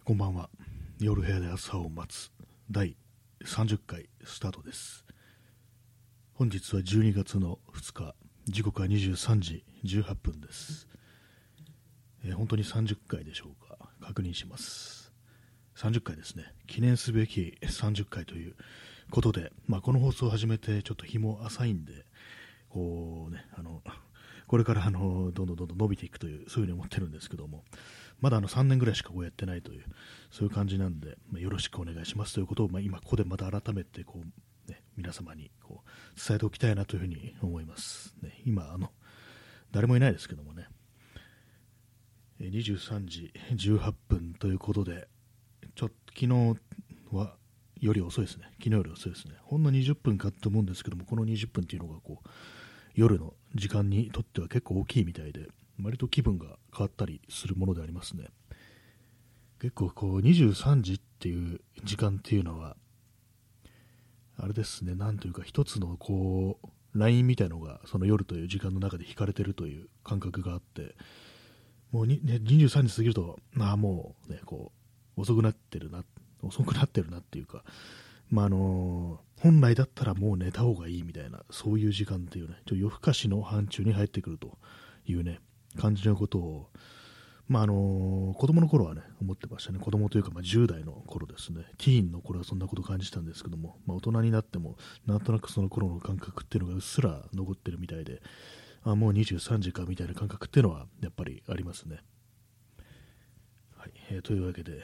こんばんは。夜部屋で朝を待つ第30回スタートです。本日は12月の2日、時刻は23時18分です。本当に30回でしょうか。確認します。30回ですね。記念すべき30回ということで、この放送を始めてちょっと日も浅いんで、これからどんどん伸びていくという、そういうふうに思ってるんですけども、まだ3年ぐらいしかやってないという、そういう感じなんで、よろしくお願いしますということを、今ここでまた改めて皆様に伝えておきたいなというふうに思います、ね。今誰もいないですけどもね、23時18分ということで、ちょっと昨日はより遅いですね。昨日より遅いですね。ほんの20分かと思うんですけども、この20分っていうのが夜の時間にとっては結構大きいみたいで、割と気分が変わったりするものでありますね。結構23時っていう時間っていうのはあれですね、なんというか一つのラインみたいのがその夜という時間の中で引かれてるという感覚があって、もう23時過ぎるともうね遅くなってるなっていうか、本来だったらもう寝た方がいいみたいな、そういう時間っていうね、夜更かしの範疇に入ってくるというね感じのことを、子供の頃はね思ってましたね。子供というか10代の頃ですね。ティーンの頃はそんなことを感じたんですけども、大人になってもなんとなくその頃の感覚っていうのがうっすら残ってるみたいで、もう23時かみたいな感覚っていうのはやっぱりありますね。はい、というわけで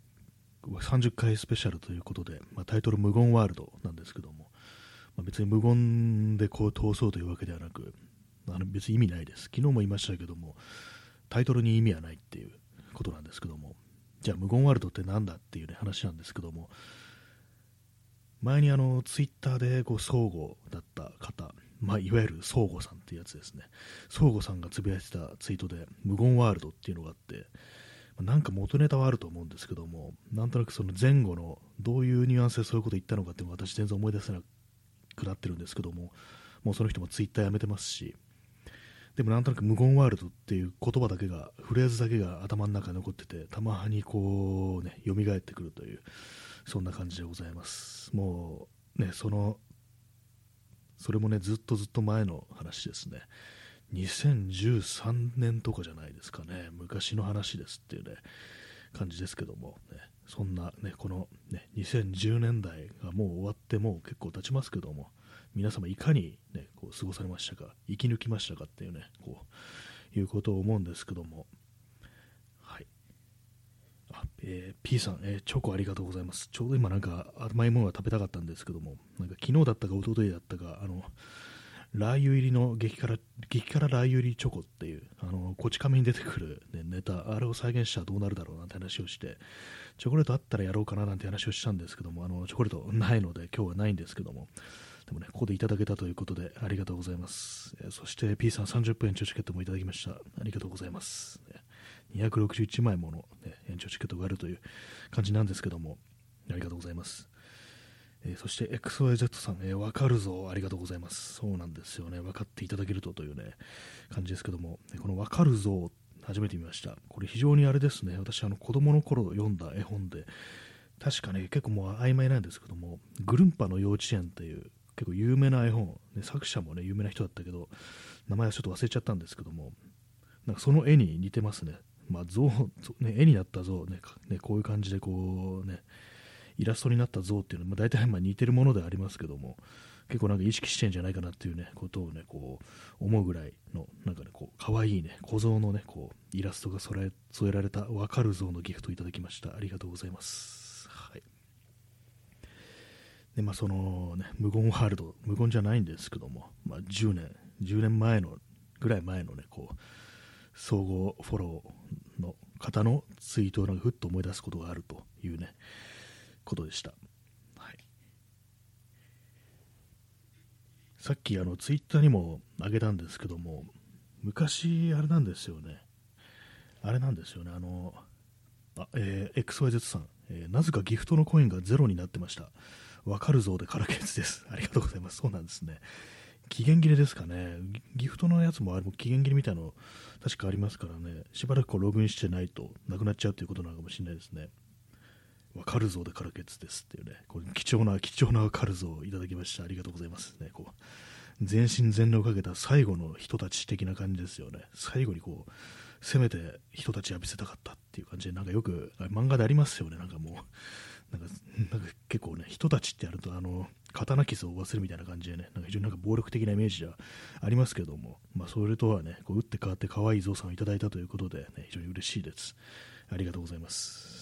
30回スペシャルということで、タイトル無言ワールドなんですけども、別に無言で通そうというわけではなく、別に意味ないです。昨日も言いましたけども、タイトルに意味はないっていうことなんですけども、じゃあ無言ワールドってなんだっていう、話なんですけども、前にツイッターで相互だった方、いわゆる相互さんっていうやつですね。相互さんがつぶやいてたツイートで無言ワールドっていうのがあって、なんか元ネタはあると思うんですけども、なんとなくその前後のどういうニュアンスでそういうこと言ったのかっていうのを私全然思い出せなくなってるんですけども、もうその人もツイッターやめてますし、でもなんとなく無言ワールドっていう言葉だけが、フレーズだけが頭の中に残ってて、たまに蘇ってくるという、そんな感じでございます。もうね、それもね、ずっと前の話ですね。2013年とかじゃないですかね。昔の話ですっていうね感じですけども、ね、そんなねこのね2010年代がもう終わってもう結構経ちますけども、皆様いかにね過ごされましたか、生き抜きましたかっていうねいうことを思うんですけども、はい。P さん、チョコありがとうございます。ちょうど今なんか甘いものが食べたかったんですけども、なんか昨日だったか一昨日だったかラー油入りの激辛ラー油入りチョコっていうこち亀に出てくる、ネタ、あれを再現したらどうなるだろうなんて話をして、チョコレートあったらやろうかななんて話をしたんですけども、チョコレートないので今日はないんですけども、でもねここでいただけたということでありがとうございます。そして P さん30分延長チケットもいただきました。ありがとうございます。261枚もの、延長チケットがあるという感じなんですけども、ありがとうございます。そして XYZ さん、わかるぞ、ありがとうございます。そうなんですよね、分かっていただけるというね感じですけども、このわかるぞ初めて見ました。これ非常にあれですね、私子供の頃読んだ絵本で、確かね結構もう曖昧なんですけども、グルンパの幼稚園っていう結構有名な絵本、作者もね有名な人だったけど名前はちょっと忘れちゃったんですけども、なんかその絵に似てますね。像絵になった像ね、こういう感じでイラストになった像っていうのは大体似てるものではありますけども、結構なんか意識してんじゃないかなっていうねことをね思うぐらいのなんかね可愛いね小像のねイラストが添えられたわかる像のギフトいただきました。ありがとうございます。はい。でそのね無言ワールド、無言じゃないんですけども、10年前のぐらい前のね総合フォローの方のツイートをなんかふっと思い出すことがあるというねことでした。はい、さっきツイッターにもあげたんですけども、昔あれなんですよね。XYZ さん、なぜかギフトのコインがゼロになってました。わかるぞでからけつです。ありがとうございます。そうなんですね。期限切れですかね。ギフトのやつもあれも期限切れみたいなの確かありますからね、しばらくログインしてないとなくなっちゃうということなのかもしれないですね。 カルゾーでからけつですっていうね、これ貴重なカルゾーをいただきました。ありがとうございますね。こう全身全霊をかけた最後の人たち的な感じですよね。最後にこうせめて人たち浴びせたかったっていう感じで、なんかよく漫画でありますよね。なんかもうなんか結構ね、人たちってやると刀傷を負わせるみたいな感じでね、なんか非常になんか暴力的なイメージがありますけども、まあ、それとはね、こう打って変わって可愛いゾウさんをいただいたということで、ね、非常に嬉しいです。ありがとうございます。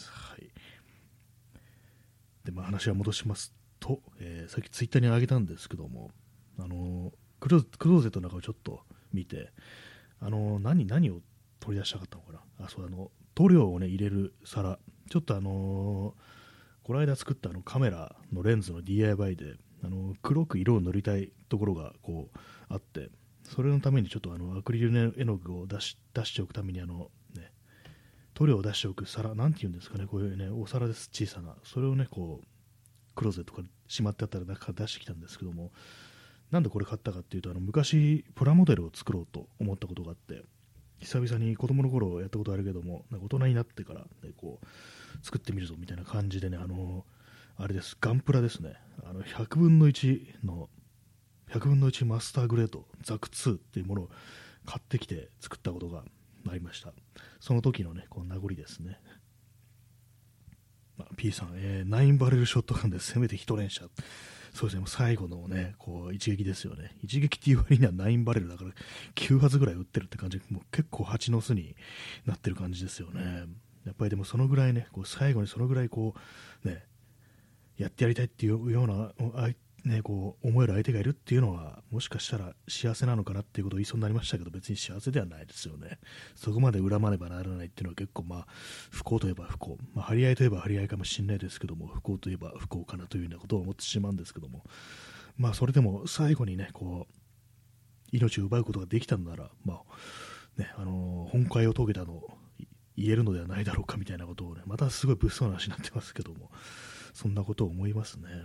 はい。で、まあ、話は戻しますと、さっきツイッターに上げたんですけども、クローゼットの中をちょっと見て、何を取り出したかったのかな。塗料をね、入れる皿、ちょっとこの間作ったカメラのレンズの DIY で黒く色を塗りたいところがこうあって、それのためにちょっとアクリル絵の具を出しておくためにね、塗料を出しておく皿、なんていうんですかね、こういうねお皿です、小さな。それをねこうクローゼットからしまってあったら中から出してきたんですけども、なんでこれ買ったかっていうと、昔プラモデルを作ろうと思ったことがあって、久々に子供の頃やったことあるけども、なんか大人になってから、ね、こう作ってみるぞみたいな感じでね、あれです、ガンプラですね、100分の1の100分の1マスターグレードザク2っていうものを買ってきて作ったことがありました。その時のねこう名残ですね。P さん、9バレルショットガンでせめて1連射。そうですね、もう最後のね、こう一撃ですよね。一撃っていう割には9バレルだから9発ぐらい撃ってるって感じで、もう結構蜂の巣になってる感じですよね。やっぱりでもそのぐらいね、こう最後にそのぐらいこう、ね、やってやりたいっていうような、ね、こう思える相手がいるっていうのは、もしかしたら幸せなのかなっていうことを言いそうになりましたけど、別に幸せではないですよね。そこまで恨まねばならないっていうのは結構不幸といえば不幸、張り合いといえば張り合いかもしれないですけども、不幸といえば不幸かなというようなことを思ってしまうんですけども、それでも最後にね、こう命を奪うことができたのなら、本懐を遂げたのを言えるのではないだろうかみたいなことをね、またすごい物騒な話になってますけども、そんなことを思いますね。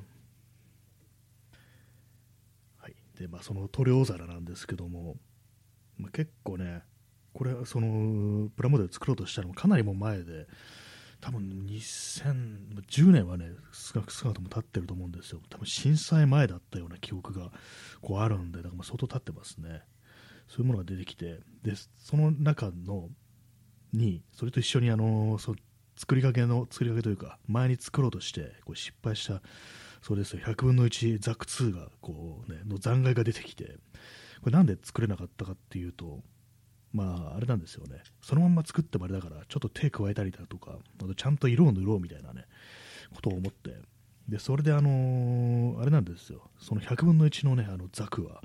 はい。で、その塗料皿なんですけども、結構ね、これそのプラモデル作ろうとしたのもかなりも前で、多分2010年はね少なくとも経ってると思うんですよ。多分震災前だったような記憶がこうあるんで、だから相当経ってますね。そういうものが出てきて、でその中のにそれと一緒に作りかけというか、前に作ろうとしてこう失敗したそうですよ、100分の1ザク2がこう、ね、の残骸が出てきて、これなんで作れなかったかっていうと、あれなんですよね、そのまんま作ってもあれだから、ちょっと手加えたりだとか、あとちゃんと色を塗ろうみたいなねことを思って、でそれであれなんですよ、その100分の1のねザクは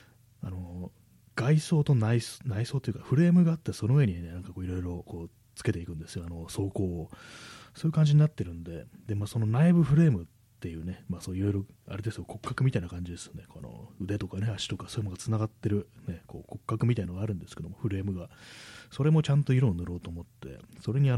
外装と内装というかフレームがあって、その上にねなんかこういろいろこうつけていくんですよ、装甲を。そういう感じになってるんで、その内部フレームっていうね、そういろいろあれですよ、骨格みたいな感じですよね。この腕とかね足とかそういうのがつながってる、ね、こう骨格みたいなのがあるんですけども、フレームがそれもちゃんと色を塗ろうと思って、それに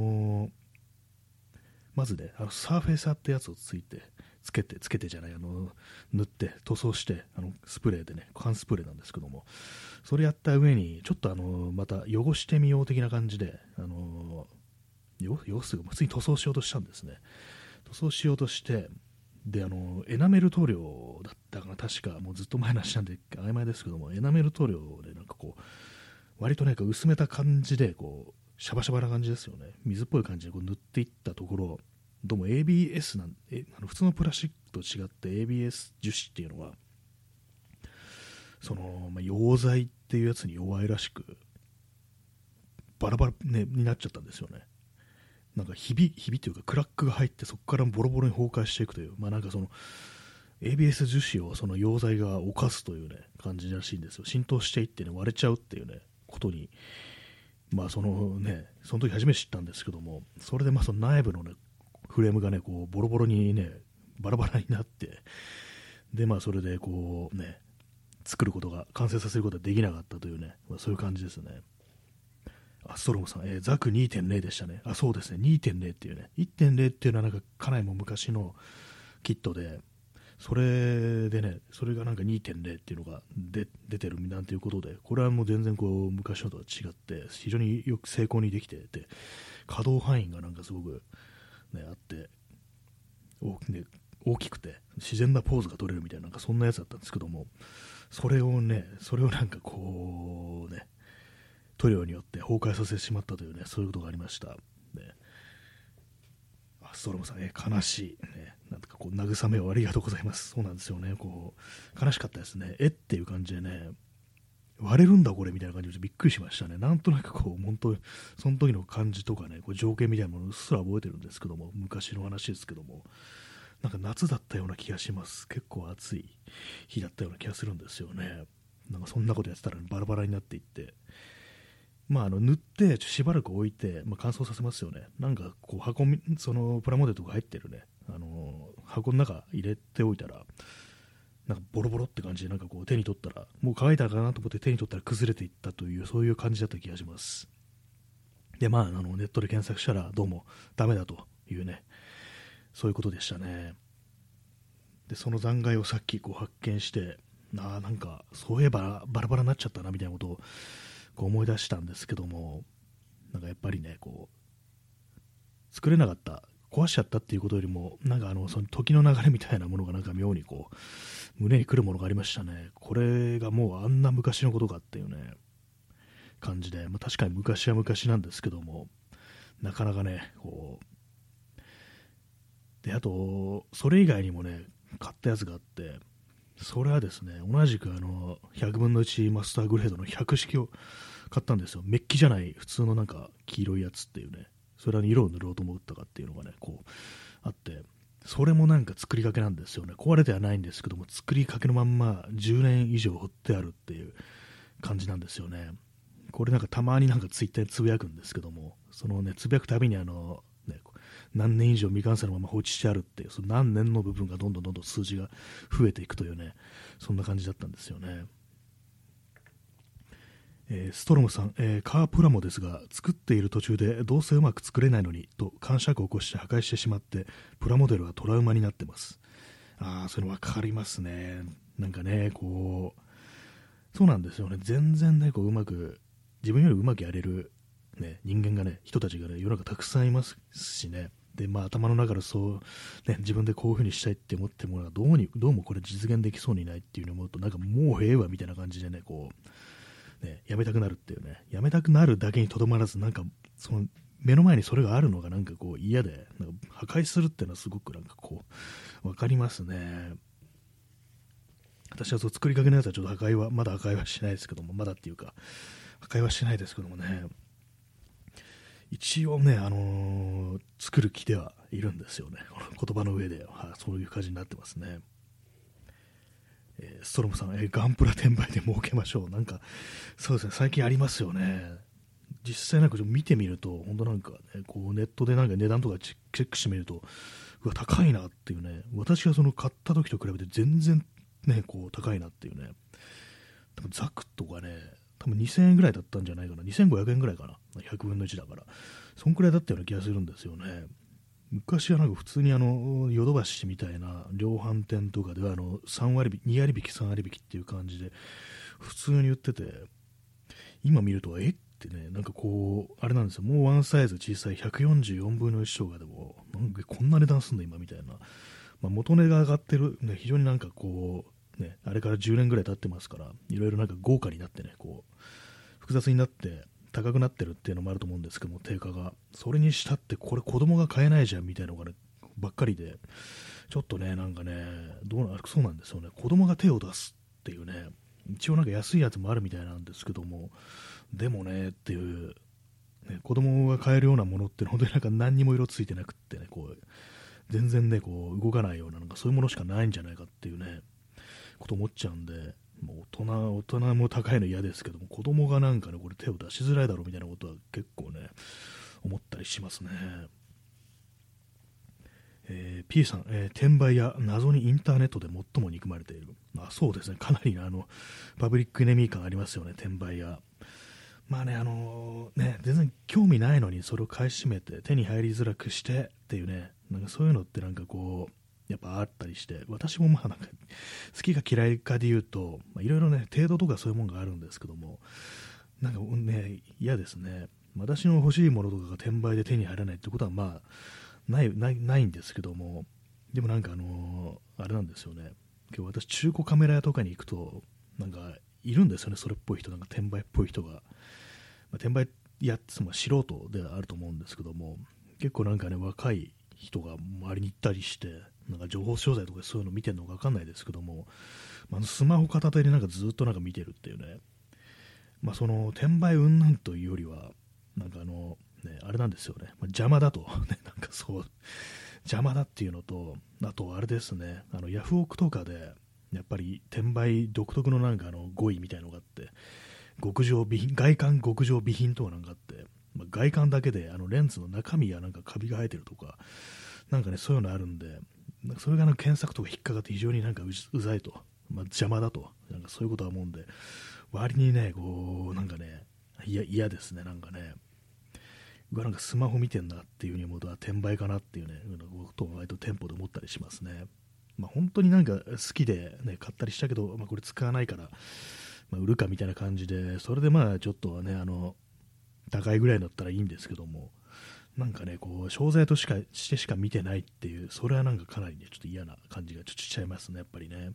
まずねサーフェイサーってやつをつけてじゃない、塗って塗装してスプレーでね、缶スプレーなんですけども、それやった上にちょっとまた汚してみよう的な感じで汚すが普通に塗装しようとしたんですね。塗装しようとして、でエナメル塗料だったかな、確かもうずっと前の話なんで曖昧ですけども、エナメル塗料でなんかこう割となんか薄めた感じでこうシャバシャバな感じですよね、水っぽい感じでこう塗っていったところ、どうも ABS 普通のプラスチックと違って ABS 樹脂っていうのはその、溶剤っていうやつに弱いらしく、バラバラ、ね、になっちゃったんですよね。なんかひびというかクラックが入って、そこからボロボロに崩壊していくという、なんかその ABS 樹脂をその溶剤が侵すというね感じらしいんですよ。浸透していってね割れちゃうっていうねことに、その時初めて知ったんですけども、それでその内部のねフレームがねこうボロボロにねバラバラになって、でそれでこうね完成させることができなかったというね、そういう感じですね。ストロムさん、ザク 2.0 でしたね。そうですね、2.0 っていうね、1.0 っていうのはなんかかなりも昔のキットで、それでね、それがなんか 2.0 っていうのが出てるなんていうことで、これはもう全然こう昔のとは違って、非常によく精巧にできてて、可動範囲がなんかすごくね、あって大きくて自然なポーズが取れるみたいな、なんかそんなやつだったんですけども、それをなんかこうね、塗料によって崩壊させてしまったというね、そういうことがありました。ね、ストロムさん、悲しい、ね、なんかこう慰めをありがとうございます。そうなんですよね、こう悲しかったですね。っていう感じでね、割れるんだこれみたいな感じでびっくりしましたね。なんとなくこう本当にその時の感じとかね、こう情景みたいなものをうっすら覚えてるんですけども、昔の話ですけども、なんか夏だったような気がします。結構暑い日だったような気がするんですよね。なんかそんなことやってたら、バラバラになっていって、塗ってしばらく置いて、乾燥させますよね。なんかこうそのプラモデルとか入ってるね、箱の中入れておいたら、なんかボロボロって感じで、なんかこう手に取ったら、もう乾いたかなと思って手に取ったら崩れていったという、そういう感じだった気がします。で、ネットで検索したらどうもダメだというね、そういうことでしたね。で、その残骸をさっきこう発見して、なんかそういえばバラバラになっちゃったなみたいなことをこう思い出したんですけども、なんかやっぱりね、こう作れなかった、壊しちゃったっていうことよりも、なんかその時の流れみたいなものがなんか妙にこう胸にくるものがありましたね。これがもうあんな昔のことかっていうね感じで、確かに昔は昔なんですけども、なかなかねこうで、あとそれ以外にもね買ったやつがあって、それはですね、同じく100分の1マスターグレードの100式を買ったんですよ。メッキじゃない普通のなんか黄色いやつっていうね、それは色を塗ろうと思ったかっていうのがねこうあって、それもなんか作りかけなんですよね。壊れてはないんですけども、作りかけのまんま10年以上掘ってあるっていう感じなんですよね。これなんかたまになんかツイッターでつぶやくんですけども、そのねつぶやくたびに何年以上未完成のまま放置してあるっていう、その何年の部分がどんどん数字が増えていくというね、そんな感じだったんですよね。ストロムさん、カープラモですが、作っている途中でどうせうまく作れないのにと感触を起こして破壊してしまって、プラモデルはトラウマになってます。それ分かりますね。なんかね、こう、そうなんですよね。全然ね、こううまく、自分よりうまくやれる、ね、人間がね、人たちがね、世の中たくさんいますしね。で、頭の中でそう、ね、自分でこういう風にしたいって思ってものがどうもこれ実現できそうにないっていうのを思うと、なんかもうええわみたいな感じでね、こう、やめたくなるっていうね、やめたくなるだけにとどまらず、なんかその目の前にそれがあるのがなんかこう嫌で、なんか破壊するっていうのはすごくなんかこう分かりますね。私はそう作りかけのやつはちょっとまだ破壊はしないですけども、まだっていうか破壊はしないですけどもね、一応ね、作る気ではいるんですよね。この言葉の上で、そういう感じになってますね。ストロムさん、ガンプラ転売で儲けましょう。なんか、そうですね、最近ありますよね。実際なんかちょっと見てみると、本当なんかね、こうネットでなんか値段とかチェックしてみると、うわ、高いなっていうね、私がその買った時と比べて全然ね、こう高いなっていうね、多分ザクとかね、多分2000円ぐらいだったんじゃないかな、2500円ぐらいかな、100分の1だから、そんくらいだったような気がするんですよね。昔はなんか普通にヨドバシみたいな量販店とかでは3割引き、2割引き、3割引きっていう感じで普通に売ってて、今見るとってね、なんかこうあれなんですよ、もうワンサイズ小さい144分の1とかでもなんかこんな値段すんの今みたいな、元値が上がってる、ね、非常になんかこうね、あれから10年ぐらい経ってますから、いろいろなんか豪華になってね、こう複雑になって高くなってるっていうのもあると思うんですけども、定価がそれにしたってこれ子供が買えないじゃんみたいなのがねばっかりで、ちょっとねなんかねそうなんですよね、子供が手を出すっていうね、一応なんか安いやつもあるみたいなんですけども、でもねっていう、ね、子供が買えるようなものって本当になんか何にも色ついてなくってね、こう全然ねこう動かないような、なんかそういうものしかないんじゃないかっていうねこと思っちゃうんで、もう大人も高いの嫌ですけども、子供がなんかねこれ手を出しづらいだろうみたいなことは結構ね思ったりしますね。P さん、転売や謎にインターネットで最も憎まれている。そうですね、かなりパブリックエネミー感ありますよね、転売や。全然興味ないのにそれを買い占めて手に入りづらくしてっていうね、なんかそういうのってなんかこうやっぱあったりして、私もなんか好きか嫌いかで言うといろいろね程度とかそういうものがあるんですけども、なんかね嫌ですね。私の欲しいものとかが転売で手に入らないってことはないんですけども、でもなんかあれなんですよね。今日私中古カメラ屋とかに行くとなんかいるんですよね、それっぽい人、なんか転売っぽい人が、転売やつも素人ではあると思うんですけども、結構なんかね若い人が周りに行ったりして、なんか情報商材とかそういうの見てるのか分かんないですけども、スマホ片手でなんかずっとなんか見てるっていうね、その転売云々というよりはなんかあれなんですよね、邪魔だとね、なんかそう邪魔だっていうのと、あとあれですね、ヤフオクとかでやっぱり転売独特のなんか語彙みたいのがあって、極上備品、外観極上備品とかなんかあって、外観だけでレンズの中身やなんかカビが生えてるとか、なんかねそういうのあるんで、それが検索とか引っかかって非常になんかうざいと、邪魔だと、なんかそういうことは思うんで、割にねこうなんかね嫌ですね、なんかね、なんかスマホ見てんなっていう風に思うと転売かなっていうねことを割と店舗で思ったりしますね。本当になんか好きで、ね、買ったりしたけど、これ使わないから、売るかみたいな感じで、それでちょっとはね高いぐらいだったらいいんですけども、なんかねこう商材としてしか見てないっていう、それはなんかかなりねちょっと嫌な感じがちょっとしちゃいますね、やっぱりね。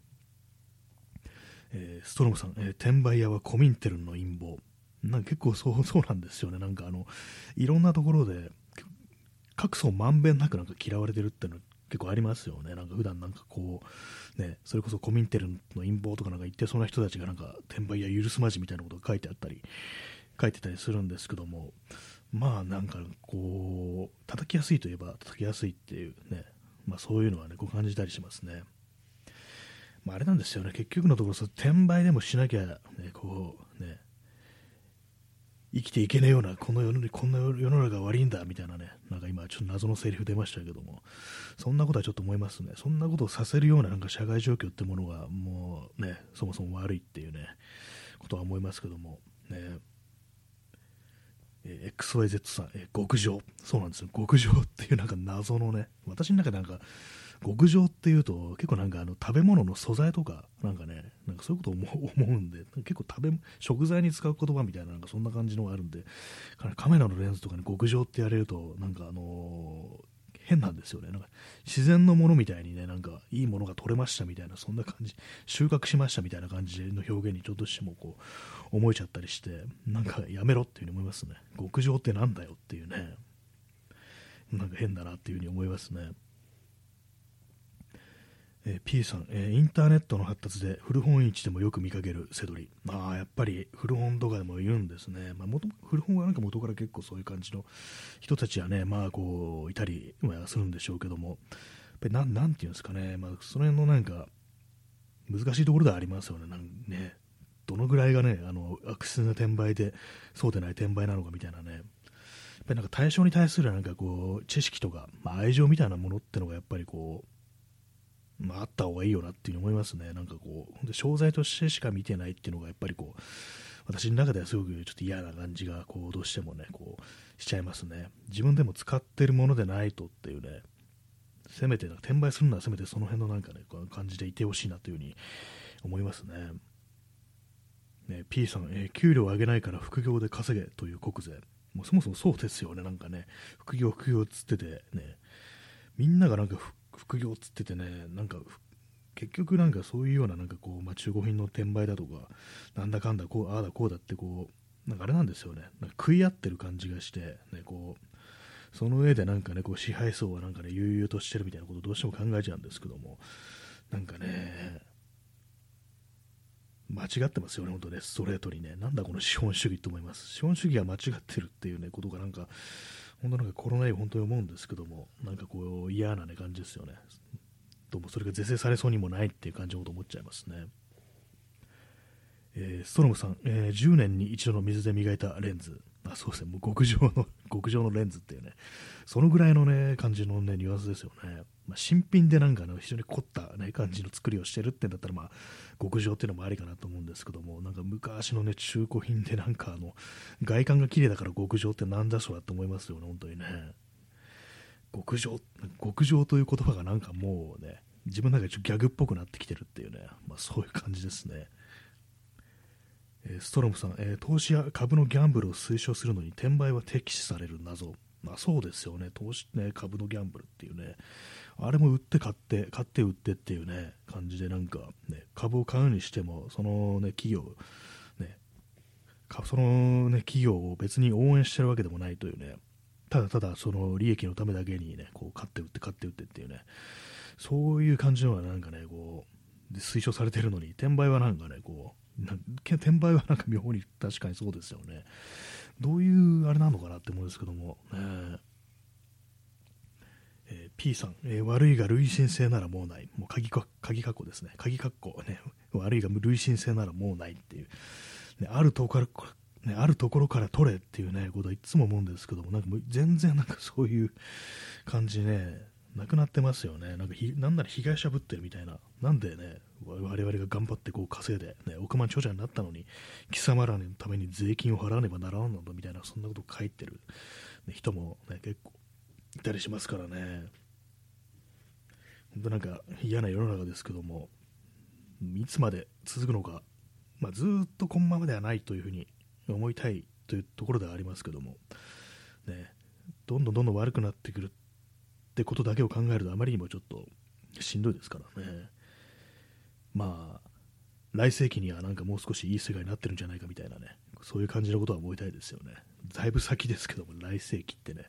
ストロムさん、転売屋はコミンテルンの陰謀、なんか結構そうなんですよね。なんかいろんなところで各層まんべんなくなんか嫌われてるっていうのは結構ありますよね。なんか普段なんかこうね、それこそコミンテルンの陰謀とかなんか言ってそうな人たちがなんか転売や許すまじみたいなことが書いてたりするんですけども、なんかこう叩きやすいといえば叩きやすいっていうね、そういうのはねこう感じたりしますね。あれなんですよね、結局のところ転売でもしなきゃねこうね生きていけねえようなこんな世の中が悪いんだみたいなね、なんか今ちょっと謎のセリフ出ましたけども、そんなことはちょっと思いますね。そんなことをさせるようななんか社会状況ってものがもうねそもそも悪いっていうねことは思いますけどもね。XYZ さん、極上、そうなんですよ、極上っていうなんか謎のね、私の中でなんか極上っていうと結構なんか食べ物の素材とかなんかね、なんかそういうことを思うんで、結構食材に使う言葉みたいな、なんかそんな感じのがあるんで、カメラのレンズとかに極上ってやれるとなんか変なんですよね。なんか自然のものみたいにね、なんかいいものが取れましたみたいな、そんな感じ、収穫しましたみたいな感じの表現にちょっとしてもこう思えちゃったりして、なんかやめろっていうふうに思いますね。極上ってなんだよっていうね、なんか変だなっていうふうに思いますね。P さん、インターネットの発達で古本市でもよく見かけるセドリ。やっぱり古本とかでもいるんですね。古本はなんか元から結構そういう感じの人たちはね、こういたりはするんでしょうけども、やっぱりなんていうんですかね、その辺のなんか難しいところではありますよね。どのぐらいがね、悪質な転売でそうでない転売なのかみたいなね。やっぱりなんか対象に対するなんかこう知識とか、愛情みたいなものってのがやっぱりこうあった方がいいよなっていうふうに思いますね。なんかこう商材としてしか見てないっていうのがやっぱりこう私の中ではすごくちょっと嫌な感じがこうどうしてもねこうしちゃいますね。自分でも使ってるものでないとっていうね、せめて転売するのはせめてその辺のなんかねこう感じでいてほしいなというふうに思いますね。P さん、給料を上げないから副業で稼げという国税。もうそもそもそうですよね。なんかね副業っつっててね、みんながなんか副業っつっててね、なんか結局なんかそういうようななんかこう、中古品の転売だとかなんだかんだこうああだこうだってこうなんかあれなんですよね、なんか食い合ってる感じがして、ね、こうその上でなんかねこう支配層はなんかね悠々としてるみたいなことをどうしても考えちゃうんですけども、なんかね間違ってますよね、本当ね、ストレートにね、なんだこの資本主義と思います。資本主義が間違ってるっていうねことがなんか本当なんかコロナ以本当に思うんですけども、なんかこう嫌な、ね、感じですよね。どうもそれが是正されそうにもないっていう感じのこと思っちゃいますね。ストロムさん、10年に一度の水で磨いたレンズ。そうですね、もう極上のレンズっていうね、そのぐらいのね、感じのね、ニュアンスですよね。新品でなんかね、非常に凝ったね、感じの作りをしてるってんだったら、極上っていうのもありかなと思うんですけども、なんか昔のね、中古品でなんか外観が綺麗だから極上ってなんだそらって思いますよね、本当にね。極上という言葉がなんかもうね、自分の中でちょっとギャグっぽくなってきてるっていうね、そういう感じですね。ストロムさん、投資や株のギャンブルを推奨するのに転売は敵視される謎。 まあそうですよね、投資ね、株のギャンブルっていうね、あれも売って買って、買って売ってっていうね、感じでなんか、ね、株を買うにしても、そのね、企業、ね、そのね、企業を別に応援してるわけでもないというね、ただただその利益のためだけにね、こう買って売って買って売ってっていうね、そういう感じのがなんかね、こう、で推奨されてるのに、転売はなんかね、こう、転売はなんか妙に確かにそうですよね。どういうあれなのかなって思うんですけども、P さん、悪いが累進性ならもうない、もう鍵括弧ですね、鍵括弧ね、悪いが累進性ならもうないっていう、ね、あるところから、ね、あるところから取れっていうね、ことはいつも思うんですけども、なんかもう全然なんかそういう感じね、なくなってますよね。なんなら被害者ぶってるみたいな。なんでね、我々が頑張ってこう稼いで、ね、億万長者になったのに、貴様らのために税金を払わねばならんのだみたいな、そんなことを書いてる、ね、人も、ね、結構いたりしますからね。本当なんか嫌な世の中ですけども、いつまで続くのか、まあ、ずっとこのままではないというふうに思いたいというところではありますけども、ね、どんどん悪くなってくるってことだけを考えるとあまりにもちょっとしんどいですからね。まあ来世紀にはなんかもう少しいい世界になってるんじゃないかみたいなね、そういう感じのことは思いたいですよね。だいぶ先ですけども、来世紀ってね。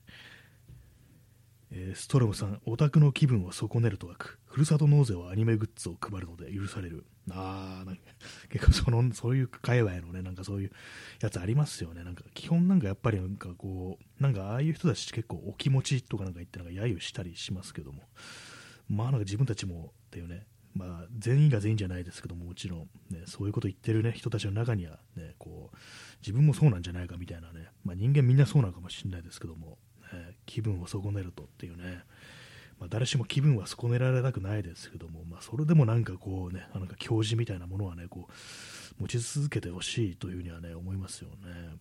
ストロムさん、オタクの気分を損ねると書く。ふるさと納税はアニメグッズを配るので許される。なんか結構そういう界隈のね、なんかそういうやつありますよね。なんか基本なんかやっぱりなんかこう、なんかああいう人たち結構お気持ちとかなんか言ってなんか揶揄したりしますけども、まあなんか自分たちもっていうね、まあ全員が全員じゃないですけども、もちろん、ね、そういうこと言ってるね、人たちの中にはね、こう、自分もそうなんじゃないかみたいなね、まあ人間みんなそうなのかもしれないですけども、気分を損ねるとっていうね、まあ、誰しも気分は損ねられたくないですけども、まあ、それでもなんかこうね、なんか教示みたいなものはね、こう持ち続けてほしいというふうにはね、思いますよね。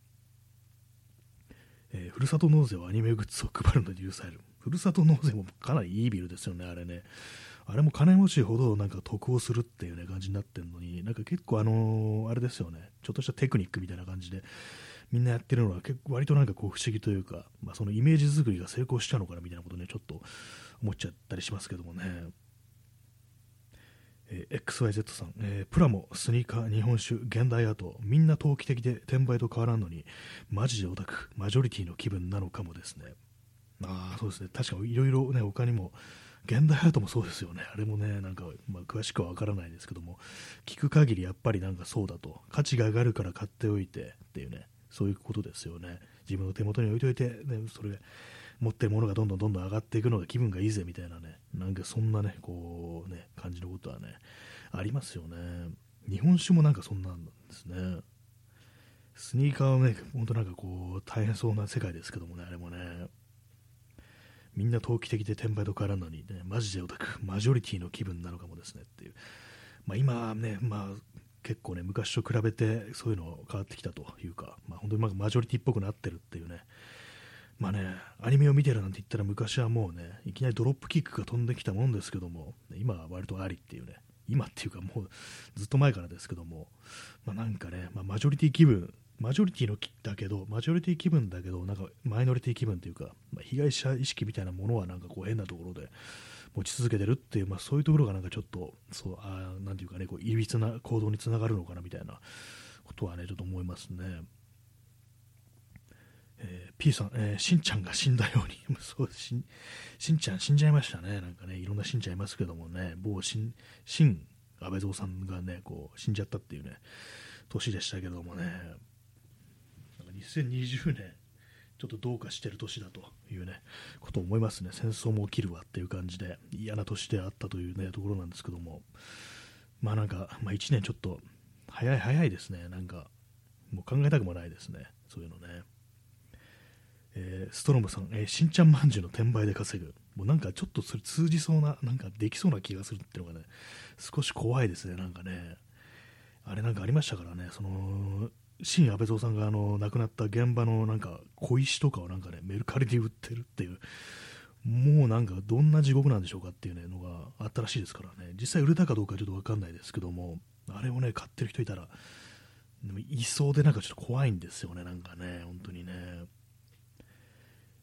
ふるさと納税はアニメグッズを配るので許される。ふるさと納税もかなりいいビルですよね、あれね。あれも金持ちほどなんか得をするっていうね感じになってるのに、なんか結構あれですよね、ちょっとしたテクニックみたいな感じでみんなやってるのは結構割となんかこう不思議というか、まあ、そのイメージ作りが成功したのかなみたいなことねちょっと思っちゃったりしますけどもね。XYZ さん、プラモ、スニーカー、日本酒、現代アート、みんな投機的で転売と変わらんのに、マジでオタク、マジョリティの気分なのかもですね。そうですね、確かいろいろね、他にも、現代アートもそうですよね、あれもね、なんか、まあ、詳しくはわからないですけども、聞く限りやっぱりなんかそうだと、価値が上がるから買っておいてっていうね、そういうことですよね。自分の手元に置いといて、ね、それ持ってるものがどんどん上がっていくのが気分がいいぜみたいなね、なんかそんなね、こうね、感じのことはね、ありますよね。日本酒もなんかそんなんですね。スニーカーはね、本当なんかこう、大変そうな世界ですけどもね、あれもね、みんな投機的で転売と変わらんのに、ね、マジでオタク、マジョリティの気分なのかもですねっていう。まあ今ね、まあ結構ね、昔と比べてそういうの変わってきたというか、まあ本当にまあマジョリティっぽくなってるっていうね、まあね、アニメを見てるなんて言ったら昔はもうね、いきなりドロップキックが飛んできたもんですけども、今は割とありっていうね、今っていうかもうずっと前からですけども、まあなんかね、まあ、マジョリティ気分、マジョリティのだけど、マジョリティ気分だけど、なんかマイノリティ気分というか、まあ、被害者意識みたいなものはなんかこう変なところで持ち続けてるっていう、まあそういうところがなんかちょっと、そう、なんていうかね、こう、いびつな行動につながるのかなみたいなことはね、ちょっと思いますね。P さん、しんちゃんが死んだようにそうしんちゃん死んじゃいましたね。なんかね、いろんなしんちゃんいますけどもね、某しん安倍蔵さんがね、こう死んじゃったっていうね、年でしたけどもね、なんか2020年、ちょっとどうかしてる年だというね、ことを思いますね。戦争も起きるわっていう感じで、嫌な年であったというね、ところなんですけども、まあなんか、まあ1年ちょっと早いですね。なんか、もう考えたくもないですね。そういうのね。ストロムさん、しんちゃんまんじゅうの転売で稼ぐ。もうなんかちょっとそれ通じそうな、なんかできそうな気がするっていうのがね、少し怖いですね、なんかね。あれなんかありましたからね、新安倍蔵さんが亡くなった現場のなんか小石とかをなんかね、メルカリで売ってるっていう、もうなんかどんな地獄なんでしょうかっていうね、のがあったらしいですからね、実際売れたかどうかちょっとわかんないですけども、あれをね、買ってる人いたら、でもいそうでなんかちょっと怖いんですよね、なんかね、本当にね。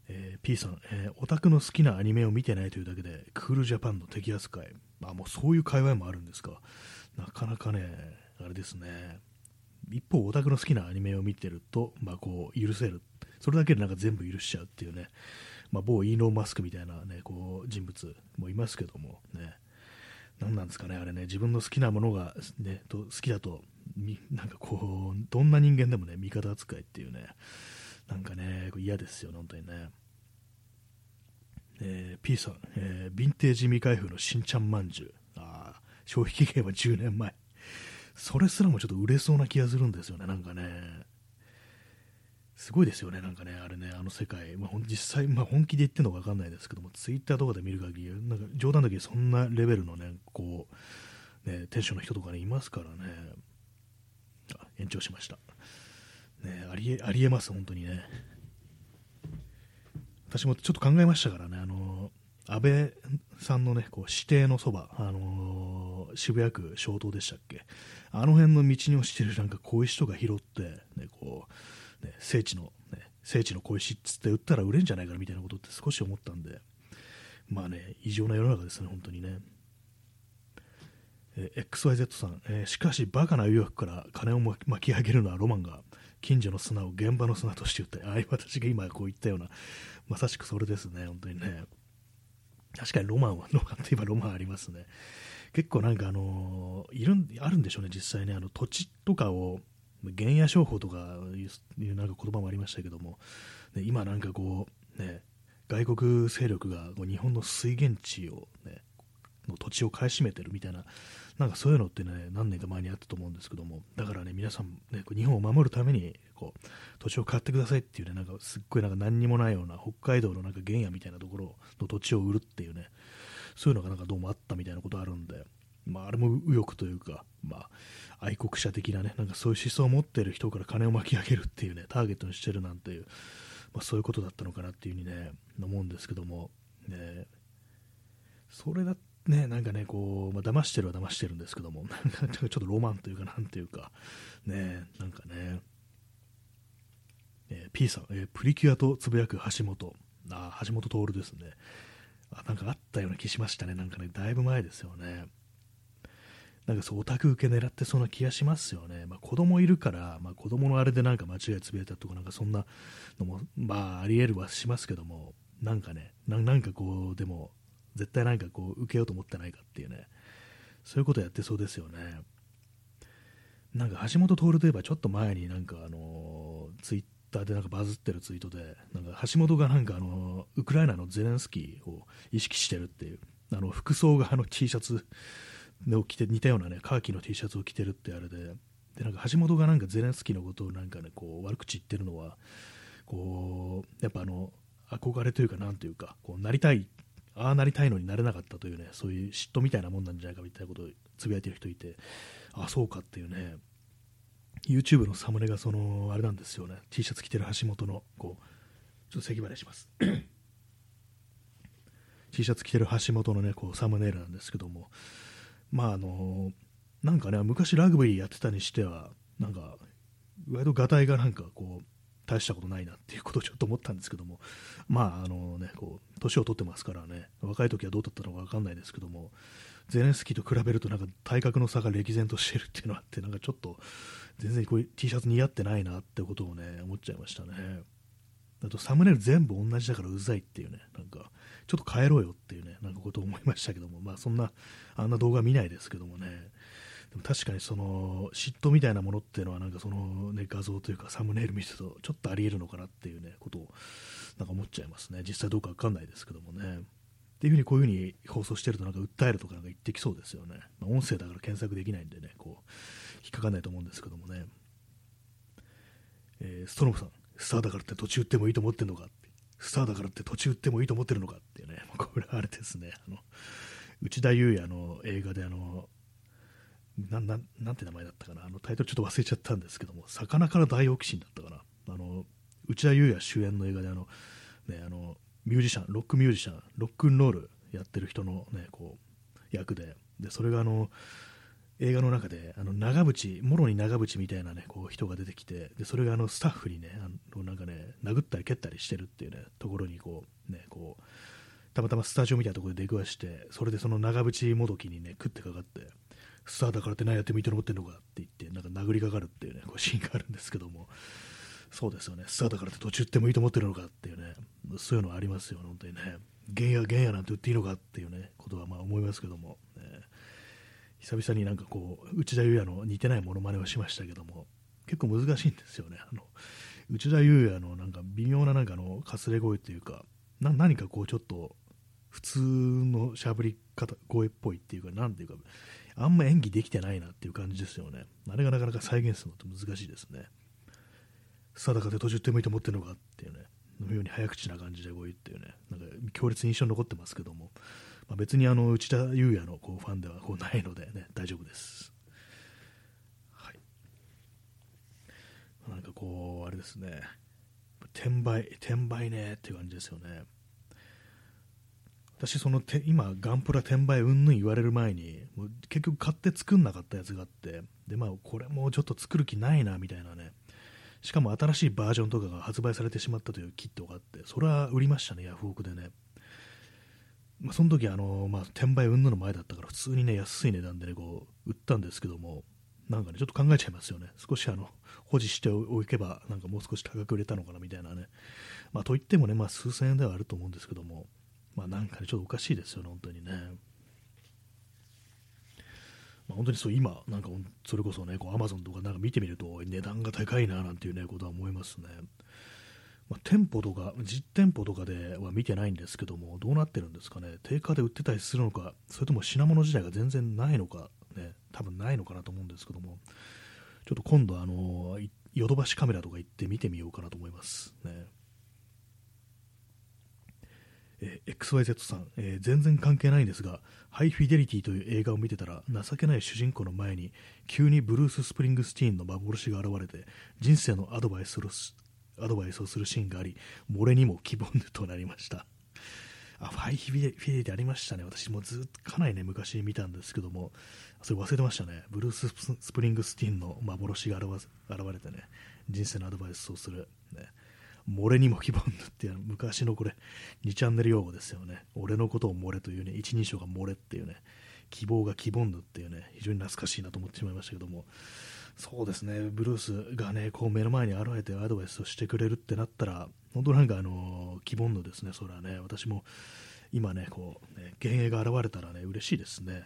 P さん、オタクの好きなアニメを見てないというだけでクールジャパンの敵扱い。もうそういう界隈もあるんですか。なかなかね、あれですね。一方、オタクの好きなアニメを見てると、こう許せる。それだけでなんか全部許しちゃうっていうね。某イーロン・マスクみたいなね、こう人物もいますけどもね。何なんですかね、あれね、自分の好きなものが、ね、好きだと、なんかこう、どんな人間でもね、味方扱いっていうね、なんかね、嫌ですよね、本当にね。P さん、ヴィンテージ未開封の新ちゃんまんじゅう。消費期限は10年前。それすらもちょっと売れそうな気がするんですよね、なんかね。すごいですよね、なんかね、あれね、あの世界。実際、本気で言ってるのか分かんないですけども、ツイッターとかで見る限り、なんか冗談だけでそんなレベルのね、こう、ね、テンションの人とかね、いますからね。延長しました。ね、ありえます、本当にね。私もちょっと考えましたからね、安倍さんのね、こう指定のそば、渋谷区松濤でしたっけ、あの辺の道に落ちてるなんか小石とか拾って、ね、こう、ね、聖地の小石っつって売ったら売れんじゃないかなみたいなことって少し思ったんで、異常な世の中ですね、本当にね。XYZ さん、しかしバカな右翼から金を巻き上げるのはロマンが、近所の砂を現場の砂として言った。私が今こう言ったような、まさしくそれですね、本当にね。確かにロマンといえばロマンありますね。結構なんかあるんでしょうね、実際ね、土地とかを、原野商法とかいうなんか言葉もありましたけども、ね、今なんかこう、ね、外国勢力がこう日本の水源地を、ね、の土地を買い占めてるみたいな、なんかそういうのってね、何年か前にあったと思うんですけども、だからね、皆さん、ね、日本を守るためにこう土地を買ってくださいっていうね、なんかすっごいなんか何にもないような北海道のなんか原野みたいなところの土地を売るっていうね、そういうのがなんかどうもあったみたいなことあるんで、あれも右翼というか、愛国者的なね、なんかそういう思想を持っている人から金を巻き上げるっていうね、ターゲットにしてるなんていう、そういうことだったのかなっていうふうにね、思うんですけども、ね、それだね、なんかね、こう、騙してるは騙してるんですけども、なんかちょっとロマンというか、なんていうか、ね、なんかね、P さん、プリキュアとつぶやく橋本、橋本徹ですね。なんかあったような気しましたね、なんかね、だいぶ前ですよね。なんかそうオタク受け狙ってそうな気がしますよね。子供いるから、子供のあれでなんか間違いつぶやいたとか、なんかそんなのも、ありえるはしますけども、なんかね、なんかこう、でも、絶対なんかこう、受けようと思ってないかっていうね、そういうことやってそうですよね。なんか橋本徹といえば、ちょっと前になんかツイッターでなんかバズってるツイートで、なんか橋本がなんかウクライナのゼレンスキーを意識してるっていう、服装がT シャツを着て、似たようなね、カーキの T シャツを着てるってあれで、なんか橋本がなんかゼレンスキーのことをなんかね、こう悪口言ってるのは、こうやっぱ憧れというか、なんというか、こうなりたい、なりたいのになれなかったというね、そういう嫉妬みたいなもんなんじゃないかみたいなことをつぶやいてる人いて、そうかっていうね、YouTube のサムネがあれなんですよね、T シャツ着てる橋本の、こう、ちょっと咳払いします。T シャツ着てる橋本のね、こうサムネイルなんですけども、なんかね、昔ラグビーやってたにしては、なんか、割とガタイがなんかこう、大したことないなっていうことをちょっと思ったんですけども、こう、年を取ってますからね、若い時はどうだったのか分かんないですけども、ゼレンスキーと比べるとなんか体格の差が歴然としてるっていうのがあって、なんかちょっと、全然こういう T シャツ似合ってないなってことをね、思っちゃいましたね。あとサムネイル全部同じだからうざいっていうね、なんか、ちょっと変えろよっていうね、なんかことを思いましたけども、そんな、あんな動画見ないですけどもね、でも確かに嫉妬みたいなものっていうのは、なんかね、画像というかサムネイル見てると、ちょっとあり得るのかなっていうね、ことを、なんか思っちゃいますね。実際どうかわかんないですけどもね。っていうふうにこういうふうに放送してると、なんか訴えるとかなんか言ってきそうですよね。音声だから検索できないんでね、こう、引っかかんないと思うんですけどもね。ストロムさん、スターだからって土地売ってもいいと思ってるのかって、スターだからって土地売ってもいいと思ってるのかっていうね、これあれですね、内田裕也の映画でなんて名前だったかな、タイトルちょっと忘れちゃったんですけども、魚から大オキシンだったかな、内田裕也主演の映画でね、ミュージシャン、ロックミュージシャン、ロックンロールやってる人のね、こう役で、それが映画の中でもろに長渕みたいなねこう人が出てきて、でそれがスタッフにねなんかね殴ったり蹴ったりしてるっていうねところにこうたまたまスタジオみたいなところで出くわして、それでその長渕もどきにね食ってかかって、スターだからって何やってみて思ってんのかって言ってなんか殴りかかるっていうねこうシーンがあるんですけども、そうですよね、スターだからって途中ってもいいと思ってるのかっていうね、そういうのありますよね本当にね。原野なんて言っていいのかっていうねことはまあ思いますけども、久々になんかこう内田裕也の似てないモノマネをしましたけども、結構難しいんですよね。内田裕也のなんか微妙ななんかかすれ声っていうか、何かこうちょっと普通のしゃべり方声っぽいっていうか、なんていうかあんま演技できてないなっていう感じですよね。あれがなかなか再現するのって難しいですね。定かで途中ってもいいと思ってるのかっていうね、のように早口な感じでこう言っていうね、なんか強烈に印象に残ってますけども、まあ、別に内田裕也のこうファンではこうないのでね大丈夫です。はい。なんかこうあれですね、転売ねっていう感じですよね。私今ガンプラ転売うんぬん言われる前にもう結局買って作んなかったやつがあって、でまあこれもうちょっと作る気ないなみたいなね、しかも新しいバージョンとかが発売されてしまったというキットがあって、それは売りましたねヤフオクでね。まあ、その時転売云々の前だったから普通にね安い値段でねこう売ったんですけども、なんかねちょっと考えちゃいますよね。少し保持しておけばなんかもう少し高く売れたのかなみたいなね。まあといってもね、まあ数千円ではあると思うんですけども、まあなんかねちょっとおかしいですよね本当にね。まあ、本当にそう今なんかそれこそねこう Amazon とかなんか見てみると値段が高いななんていうねことは思いますね。まあ、店舗とか実店舗とかでは見てないんですけども、どうなってるんですかね。定価で売ってたりするのか、それとも品物自体が全然ないのかね、多分ないのかなと思うんですけども、ちょっと今度ヨドバシカメラとか行って見てみようかなと思いますね。XYZ さん、全然関係ないんですが、ハイフィデリティという映画を見てたら、情けない主人公の前に急にブルース・スプリングスティーンの幻が現れて、人生のアドバイスをするシーンがあり、漏れにも希望となりました。ハイフィデリティありましたね。私もずっとかなりね昔見たんですけども、それ忘れてましたね。ブルース・スプリングスティーンの幻が現れてね、人生のアドバイスをする、ね、漏れにも希望っていう昔のこれ2チャンネル用語ですよね。俺のことを漏れというね、一人称が漏れっていうね、希望が希望ぬっていうね、非常に懐かしいなと思ってしまいましたけども、そうですね、ブルースがねこう目の前に現れてアドバイスをしてくれるってなったら、本当なんか希望のですね、それはね、私も今ねこうね幻影が現れたらね嬉しいですね。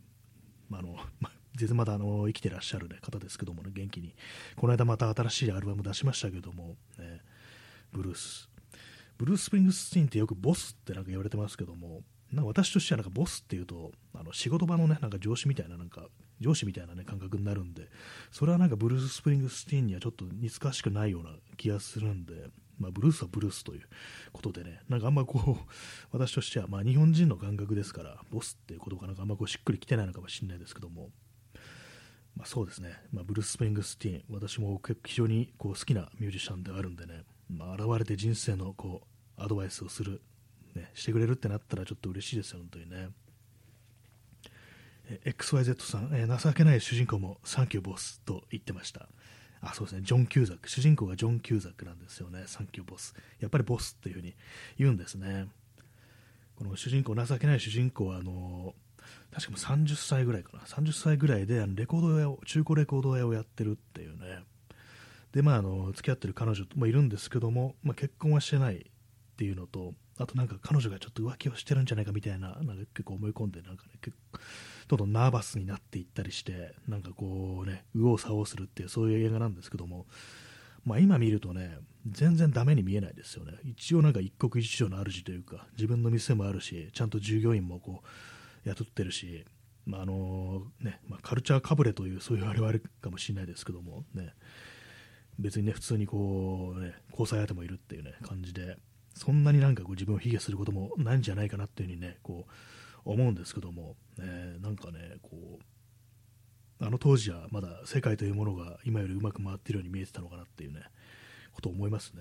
全然まだ生きてらっしゃる、ね、方ですけどもね、元気にこの間また新しいアルバム出しましたけども、ね、ブルース・スプリングスティーンってよくボスってなんか言われてますけども、なんか私としてはなんかボスっていうと仕事場のねなんか上司みたいなね感覚になるんで、それはなんかブルース・スプリングスティーンにはちょっと似つかしくないような気がするんで、まあ、ブルースはブルースということでね、なんかあんまこう私としてはまあ日本人の感覚ですからボスっていうことがなんかあんまこうしっくりきてないのかもしれないですけども、まあ、そうですね、まあ、ブルース・スプリングスティーン、私も結構非常にこう好きなミュージシャンではあるんでね、まあ、現れて人生のこうアドバイスをしてくれるってなったらちょっと嬉しいですよ本当にね。XYZ さん、情けない主人公もサンキューボスと言ってました。そうですね、ジョン・キューザック、主人公がジョン・キューザックなんですよね。サンキューボス、やっぱりボスっていう風に言うんですね。この主人公、情けない主人公は確かも30歳ぐらいかな、30歳ぐらいでレコード屋中古レコード屋をやってるっていうね。で付き合ってる彼女もいるんですけども、結婚はしてないっていうのと、あとなんか彼女がちょっと浮気をしてるんじゃないかみたいな、なんか結構思い込んで、なんかね結構どんどんナーバスになっていったりして、なんかこうね右往左往するっていうそういう映画なんですけども、今見るとね全然ダメに見えないですよね。一応なんか一国一城の主というか、自分の店もあるし、ちゃんと従業員もこう雇ってるし、カルチャーかぶれというそういうあれはあるかもしれないですけどもね、別にね普通にこうね交際相手もいるっていうね感じで、そんなになんかこう自分を卑下することもないんじゃないかなっていうふうにねこう思うんですけども、なんかねこう当時はまだ世界というものが今よりうまく回っているように見えてたのかなっていうねことを思います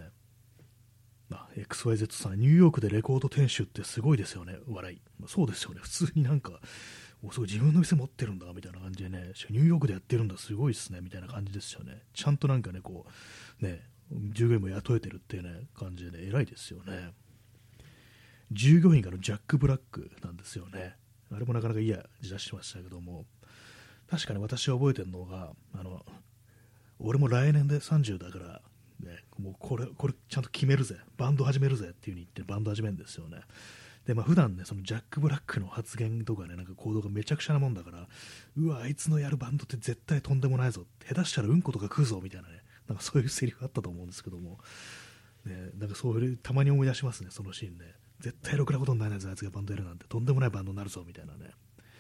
ね。XYZ さん、ニューヨークでレコード店主ってすごいですよね、笑い。そうですよね、普通になんかすごい自分の店持ってるんだみたいな感じでね、ニューヨークでやってるんだ、すごいっすねみたいな感じですよね。ちゃんとなんかね、こうね、従業員も雇えてるっていうね感じでね、偉いですよね。従業員がジャック・ブラックなんですよね。あれもなかなかいい味出してましたけども、確かに私は覚えてるのが、俺も来年で30だから、ね、もうこれちゃんと決めるぜ、バンド始めるぜっていう風に言ってバンド始めるんですよね。で、普段ね、そのジャック・ブラックの発言とかね、なんか行動がめちゃくちゃなもんだから、うわ、あいつのやるバンドって絶対とんでもないぞ、下手したらうんことか食うぞみたいなね、なんかそういうセリフあったと思うんですけども、ね、なんかそういう、たまに思い出しますね、そのシーンね。絶対ろくなことにならないぞ、あいつがバンドやるなんて、とんでもないバンドになるぞみたいなね。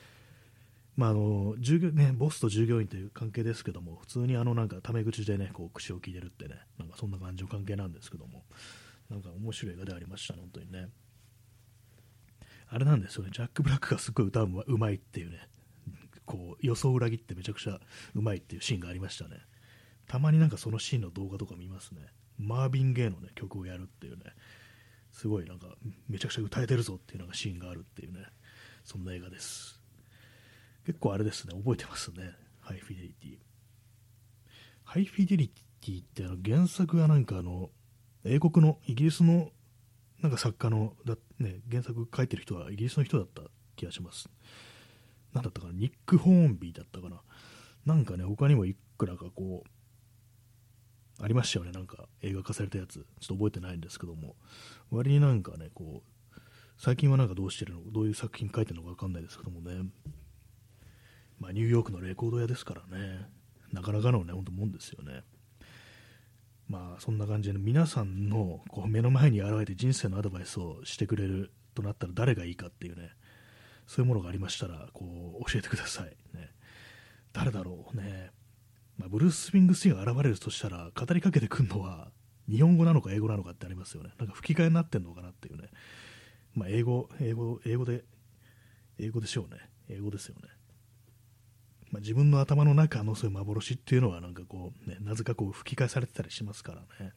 従業ね、ボスと従業員という関係ですけども、普通になんかタメ口でね、こう口を聞いてるってね、なんかそんな感じの関係なんですけども、なんか面白い映画でありましたね、本当にね。あれなんですよね、ジャック・ブラックがすっごい歌うまいっていうね、こう予想を裏切ってめちゃくちゃうまいっていうシーンがありましたね。たまになんかそのシーンの動画とか見ますね。マービン・ゲイのね曲をやるっていうね、すごいなんかめちゃくちゃ歌えてるぞっていうのがシーンがあるっていうね、そんな映画です。結構あれですね、覚えてますね。ハイフィデリティ。ハイフィデリティって原作がなんか英国のイギリスのなんか作家の原作書いてる人はイギリスの人だった気がします。なんだったかな、ニック・ホーンビーだったかな。なんかね、他にもいくらかこう、ありましたよね。なんか映画化されたやつ。ちょっと覚えてないんですけども、割になんかね、こう、最近はなんかどうしてるの、どういう作品書いてるのかわかんないですけどもね。ニューヨークのレコード屋ですからね。なかなかのね、ほんともんですよね。そんな感じで、皆さんのこう目の前に現れて人生のアドバイスをしてくれるとなったら誰がいいかっていうね、そういうものがありましたらこう教えてください、ね、誰だろうね。ブルース・スプリングスティーンが現れるとしたら語りかけてくるのは日本語なのか英語なのかってありますよね。なんか吹き替えになってんのかなっていうね。英語でしょうね。英語ですよね。自分の頭の中のそういう幻っていうのはなんかこう、ね、なぜかこう吹き替えされてたりしますからね。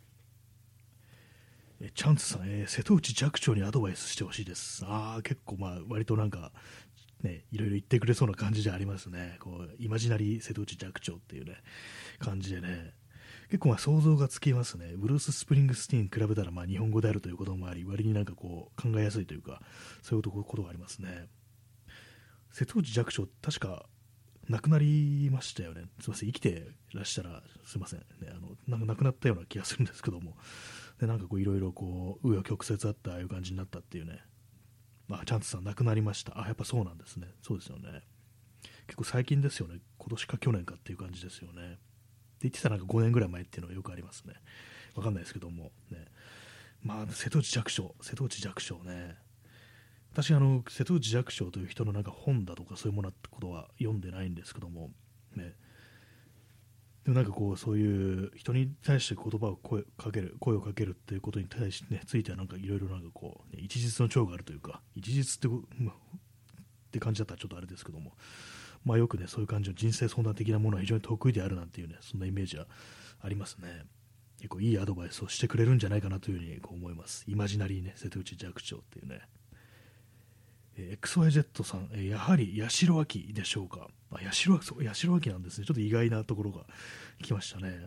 チャンツさん、瀬戸内寂聴にアドバイスしてほしいです。結構割となんかね、いろいろ言ってくれそうな感じでありますね。こうイマジナリー瀬戸内寂聴っていうね感じでね、結構想像がつきますね。ブルース・スプリングスティーンに比べたら日本語であるということもあり、割になんかこう考えやすいというか、そういうことがありますね。瀬戸内寂聴、確か亡くなりましたよね。すみません、生きてらしたらすみません、ね、なんか亡くなったような気がするんですけども、でなんかこういろいろこう紆余曲折あったああいう感じになったっていうね。チャンツさん亡くなりました。やっぱそうなんですね。そうですよね。結構最近ですよね。今年か去年かっていう感じですよね。って言ってたらなんか5年ぐらい前っていうのはよくありますね。わかんないですけどもね。瀬戸内寂聴ね。私瀬戸内寂聴という人のなんか本だとかそういうものってことは読んでないんですけどもね。でもなんかこうそういう人に対して声をかけるっていうことに対してね、ついてはなんかいろいろなんかこう、ね、一日の長があるというか、一日って感じだったらちょっとあれですけども、よくねそういう感じの人生相談的なものは非常に得意であるなんていうね、そんなイメージはありますね。結構いいアドバイスをしてくれるんじゃないかなというふうにこう思います。イマジナリーね、瀬戸内寂聴っていうね。XYZ さん、やはり八代亜紀でしょうか。八代亜紀なんですね。ちょっと意外なところが来ましたね。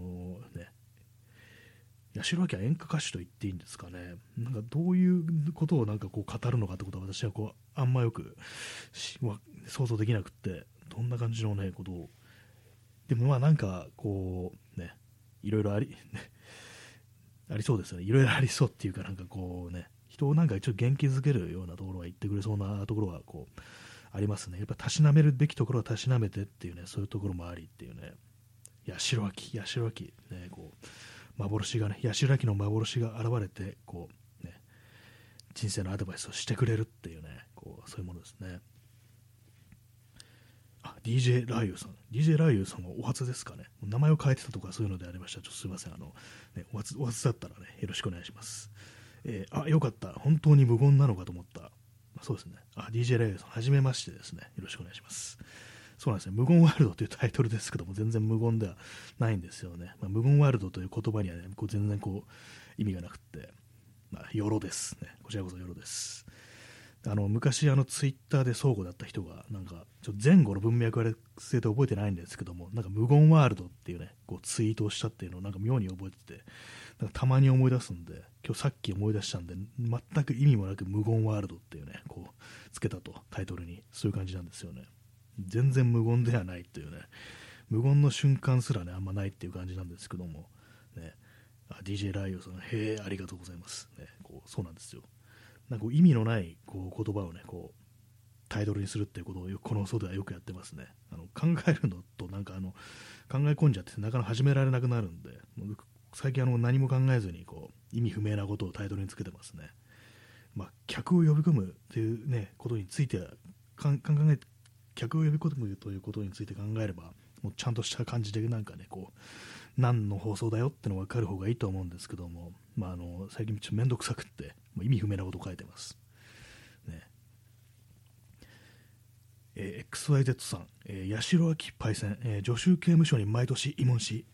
八代亜紀は演歌歌手と言っていいんですかね。なんかどういうことをなんかこう語るのかってことは私はこうあんまよく想像できなくって、どんな感じのねことを。でもなんかこうね、いろいろあり、ね、ありそうですよね。いろいろありそうっていうか、なんかこうね、人をなんか一応元気づけるようなところは言ってくれそうなところはこうありますね。やっぱたしなめるべきところはたしなめてっていうね、そういうところもありっていうね。八代亜紀ね、こう幻がね、八代亜紀の幻が現れてこうね、人生のアドバイスをしてくれるっていうね、こうそういうものですね。DJ ラーユさんはお初ですかね。名前を変えてたとかそういうのでありましたら、ちょっとすいません。お初だったらね、よろしくお願いします。よかった。本当に無言なのかと思った。そうですね。DJ ライオさん、はじめましてですね。よろしくお願いします。そうなんですね。無言ワールドというタイトルですけども、全然無言ではないんですよね。無言ワールドという言葉にはね、全然こう意味がなくって、よろですね。こちらこそよろです。 昔ツイッターで相互だった人がなんか前後の文脈は正と覚えてないんですけども、なんか無言ワールドっていうねこうツイートをしたっていうのをなんか妙に覚えてて、なんかたまに思い出すんで、今日さっき思い出したんで、全く意味もなく無言ワールドっていうねこうつけたと、タイトルにそういう感じなんですよね。全然無言ではないっていうね、無言の瞬間すらねあんまないっていう感じなんですけどもね。DJ ライオさん、へえありがとうございますね。こうそうなんですよ。なんか意味のないこう言葉をねこうタイトルにするっていうことをこの放送ではよくやってますね。考えるのとなんか考え込んじゃってなかなか始められなくなるんで、最近何も考えずにこう意味不明なことをタイトルにつけてますね。客を呼び込むっていうねことについては客を呼び込むということについて考えればもうちゃんとした感じでなんかねこう何の放送だよってのが分かる方がいいと思うんですけども、最近ちょっとめんどくさくって意味不明なことを書いてます、ね。XYZ さん、八代亜紀パイセン、助手刑務所に毎年慰問し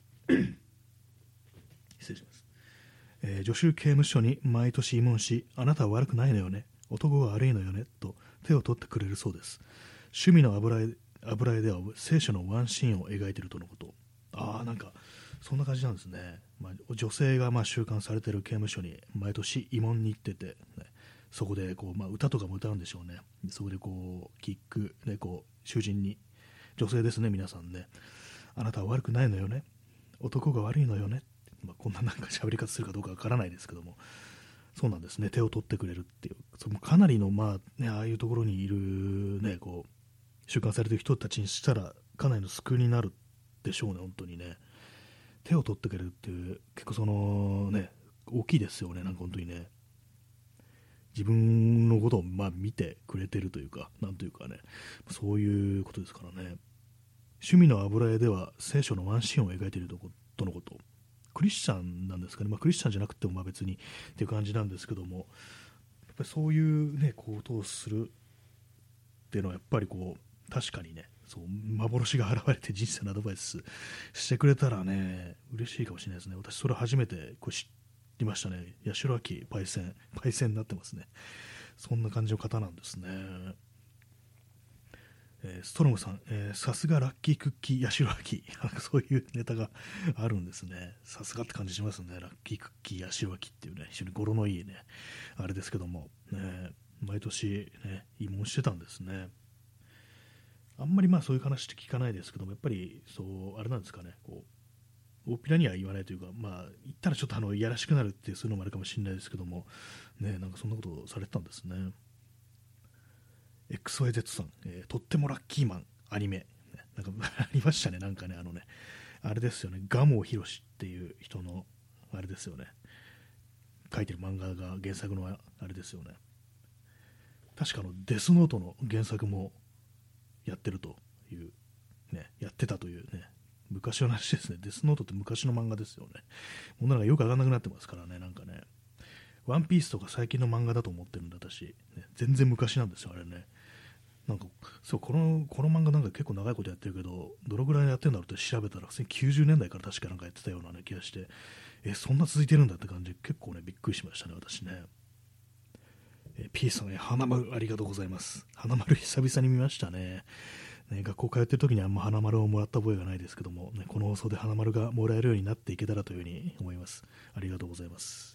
失礼します、助手刑務所に毎年慰問し、あなたは悪くないのよね、男が悪いのよねと手を取ってくれるそうです。趣味の油絵では聖書のワンシーンを描いているとのこと。なんかそんな感じなんですね。女性が収監されている刑務所に毎年慰問に行ってて、ね、そこでこう、歌とかも歌うんでしょうね。そこでこうキックでこう囚人に、女性ですね皆さんね、あなたは悪くないのよね、男が悪いのよね、こんななんか喋り方するかどうかわからないですけども、そうなんですね。手を取ってくれるっていう、そのかなりのああいうところにいるねこう収監されている人たちにしたらかなりの救いになるでしょうね。本当にね、手を取ってくれるっていう結構そのね大きいですよね。なんか本当にね、自分のことを見てくれてるというか、なんというかね、そういうことですからね。趣味の油絵では聖書のワンシーンを描いているとのこと。クリスチャンなんですかね。クリスチャンじゃなくても別にっていう感じなんですけども、やっぱりそういうねことをするっていうのはやっぱりこう確かにね、そう幻が現れて人生のアドバイスしてくれたらね嬉しいかもしれないですね。私それ初めてこう知りましたね。八代亜紀パイセンになってますね。そんな感じの方なんですね。ストロムさん、さすがラッキークッキー八代亜紀そういうネタがあるんですね。さすがって感じしますね。ラッキークッキー八代亜紀っていうね非常に語呂のいいねあれですけども、毎年ね慰問してたんですね。あんまりそういう話って聞かないですけども、やっぱりそうあれなんですかね、こう大っぴらには言わないというか、言ったらちょっといやらしくなるっていうそういうのもあるかもしれないですけども、ね、なんかそんなことをされてたんですね。XYZ さん、とってもラッキーマンアニメ、ね、なんかありましたね。なんかねあれですよね、蒲生博っていう人のあれですよね、書いてる漫画が原作のあれですよね。確かデスノートの原作もやってるというね、やってたというね、昔の話ですね。デスノートって昔の漫画ですよね。もうなんかよくわかんなくなってますからね。なんかね、ワンピースとか最近の漫画だと思ってるんだ私、ね、全然昔なんですよあれね。なんかそうこの漫画なんか結構長いことやってるけど、どのぐらいやってるんだろうって調べたら90年代から確かなんかやってたような、ね、気がして、そんな続いてるんだって感じで結構ねびっくりしましたね私ね。P さんね、花丸ありがとうございます。花丸久々に見ましたね。学校通ってる時にあんま花丸をもらった覚えがないですけども、この放送で花丸がもらえるようになっていけたらというふうに思います。ありがとうございます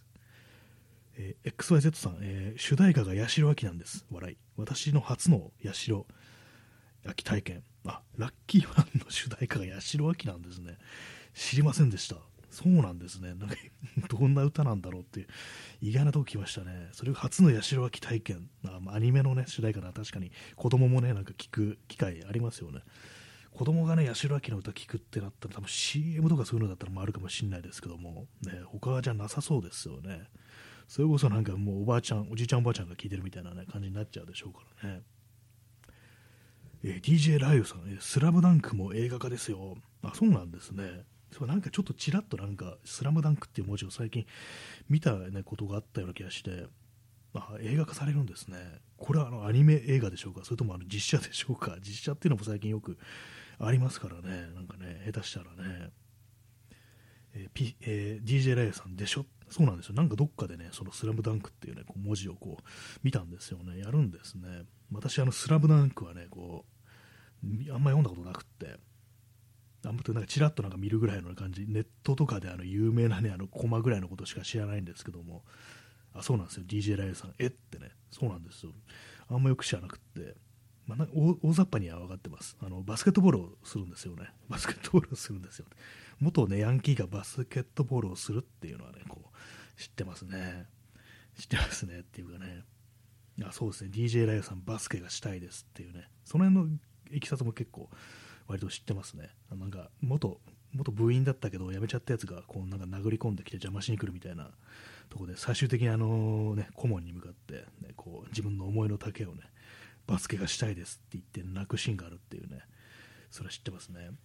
。XYZ さん、主題歌が八代亜紀なんです。笑い。私の初の八代亜紀体験。ラッキーマンの主題歌が八代亜紀なんですね。知りませんでした。そうなんですね。なんかどんな歌なんだろうっていう意外なとこ来ましたね。それが初の八代亜紀体験。アニメのね主題歌な、確かに子供もねなんか聞く機会ありますよね。子供がね八代亜紀の歌聞くってなったら多分 CM とかそういうのだったらもあるかもしれないですけどもね、他じゃなさそうですよね。それこそなんかもうおじいちゃんおばあちゃんが聞いてるみたいな、ね、感じになっちゃうでしょうからね。DJ ライオさん、スラムダンクも映画化ですよ。そうなんですね。そうなんかちょっとちらっとなんかスラムダンクっていう文字を最近見た、ね、ことがあったような気がして、映画化されるんですね。これはアニメ映画でしょうか、それとも実写でしょうか。実写っていうのも最近よくありますからね。なんかね下手したらね、DJ ライオさんでしょ、 そうなんですよ。なんかどっかでね、そのスラムダンクっていうね、こう文字をこう見たんですよね。やるんですね。私、スラムダンクはね、こう、あんま読んだことなくって、あんまなんかちらっとなんか見るぐらいの感じ、ネットとかで有名なね、コマぐらいのことしか知らないんですけども、あ、そうなんですよ、DJ ライブさん、ってね、そうなんですよ。あんまよく知らなくって、まあ、大雑把には分かってます。バスケットボールをするんですよね。バスケットボールをするんですよ。元ね、ヤンキーがバスケットボールをするっていうのはね、こう、知ってますね。知ってますねっていうかね。あ、そうですね、DJ ライブさん、バスケがしたいですっていうね、その辺のいきさつも結構、割と知ってますね。なんか元部員だったけど辞めちゃったやつがこうなんか殴り込んできて邪魔しに来るみたいなところで、最終的に顧問に向かって、ね、こう自分の思いの丈をね、バスケがしたいですって言って泣くシーンがあるっていうね、それは知ってますね。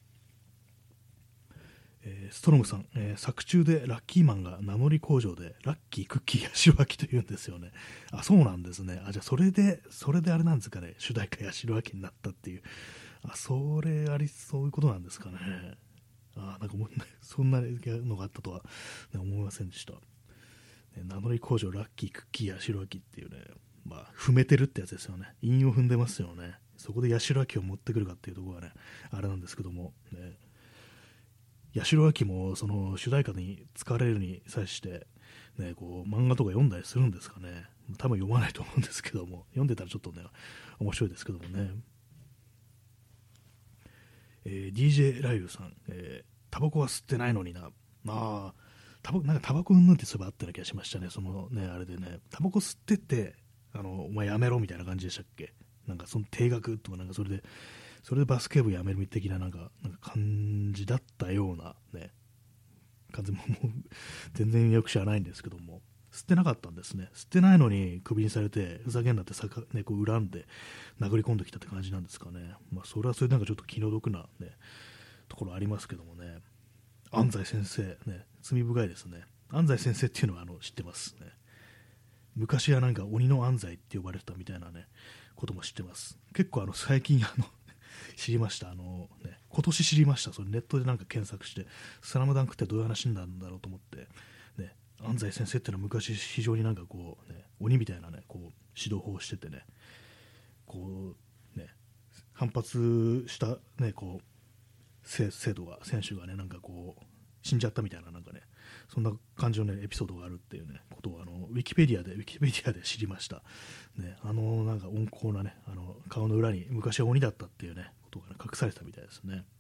ストロムさん、作中でラッキーマンが名乗り工場でラッキークッキーやしろあきと言うんですよね。あ、そうなんですね。あ、じゃあそれであれなんですかね、主題歌やしろあきになったっていう、あ、そういうことなんですかね。あ、なんかもう、そんなのがあったとは、ね、思いませんでした。ね、名乗り工場ラッキークッキーやしろあきっていうね、まあ、踏めてるってやつですよね。韻を踏んでますよね。そこでやしろあきを持ってくるかっていうところがね、あれなんですけども、ね、八代亜紀もその主題歌に使われるに際して、ね、こう漫画とか読んだりするんですかね。多分読まないと思うんですけども、読んでたらちょっとね、面白いですけどもね。DJ ライルさん、タバコは吸ってないのにな。なんかタバコうんぬんってそういえばあったような気がしましたね。そのね、あれでね、タバコ吸ってて、お前やめろみたいな感じでしたっけ。なんかその定額とかなんかそれでバスケ部やめる的ななんか感じだったようなね、完全もう全然よく知らないんですけども、吸ってなかったんですね。吸ってないのにクビにされて、ふざけんなってね、こう恨んで殴り込んできたって感じなんですかね。まあ、それはそれでなんかちょっと気の毒な、ね、ところありますけどもね。安西先生、ね、罪深いですね。安西先生っていうのは知ってますね。昔はなんか鬼の安西って呼ばれてたみたいなね、ことも知ってます。結構最近知りました。今年知りました。それネットでなんか検索して、スラムダンクってどういう話なんだろうと思って、ね、安西先生っていうのは昔非常になんかこう、ね、鬼みたいなね、こう指導法をしててね、こうね、反発したね、こう選手がね、なんかこう死んじゃったみたいな、なんかね、そんな感じのねエピソードがあるっていうねことをウィキペディアで知りました。ね、なんか温厚なね、顔の裏に昔は鬼だったっていうねことが、ね、隠されてたみたいですね。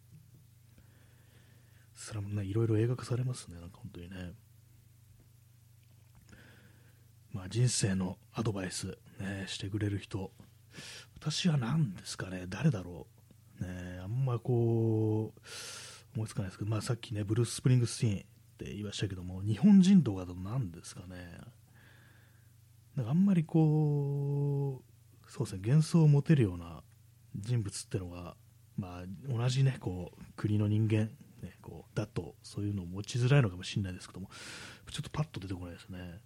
それもね、いろいろ映画化されますね、なんか本当にね。まあ、人生のアドバイス、ね、してくれる人、私は何ですかね、誰だろう、ね、あんまこう思いつかないですけど、まあ、さっきねブルース・スプリングスティーンって言いましたけども、日本人とかだと何ですかね、なんかあんまりこう、そうですね、幻想を持てるような人物ってのが、まあ、同じねこう国の人間、ね、こうだとそういうのを持ちづらいのかもしれないですけども、ちょっとパッと出てこないですね。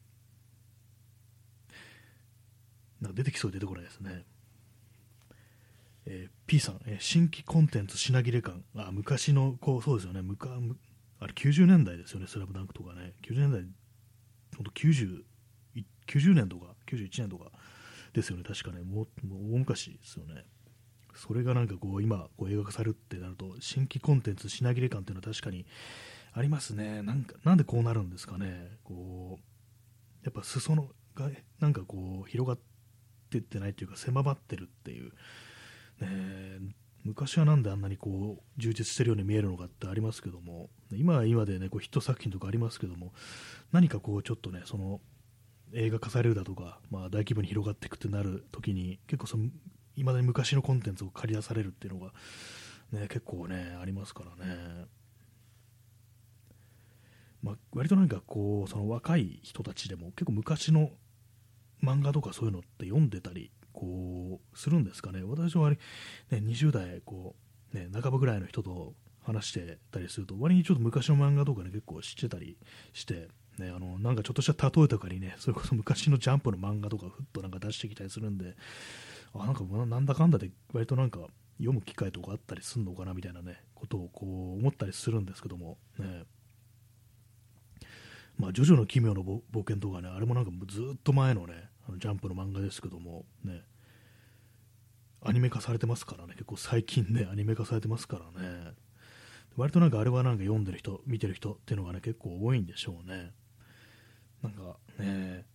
なんか出てきそうで出てこないですね。P さん、新規コンテンツ品切れ感、昔のこう、そうですよね、あれ90年代ですよね、スラムダンクとかね、90年代、ほんと90年とか91年とかですよね、確かね、もう大昔ですよね。それがなんかこう今こう映画化されるってなると、新規コンテンツ品切れ感っていうのは確かにありますね。なんでこうなるんですかね。こうやっぱ裾野がなんかこう広がっていってないというか、狭まってるっていう、ね、昔はなんであんなにこう充実してるように見えるのかってありますけども、今は今でねこうヒット作品とかありますけども、何かこうちょっとねその映画化されるだとか、まあ、大規模に広がっていくってなるときに、結構いまだに昔のコンテンツを借り出されるっていうのが、ね、結構ねありますからね。まあ、割となんかこうその若い人たちでも結構昔の漫画とかそういうのって読んでたりこうするんですかね。私は割、ね、20代こう、ね、半ばぐらいの人と話してたりすると、割にちょっと昔の漫画とかね結構知ってたりして、ね、なんかちょっとした例えとかにね、それこそ昔のジャンプの漫画とかふっとなんか出してきたりするんで、なんかなんだかんだで割となんか読む機会とかあったりするのかなみたいなねことをこう思ったりするんですけどもね。 まあ、ジョジョの奇妙な冒険とかね、あれもなんかずっと前のね、ジャンプの漫画ですけども、ね、アニメ化されてますからね、結構最近ね、アニメ化されてますからね、割となんかあれはなんか読んでる人、見てる人っていうのがね、結構多いんでしょうね。なんかね、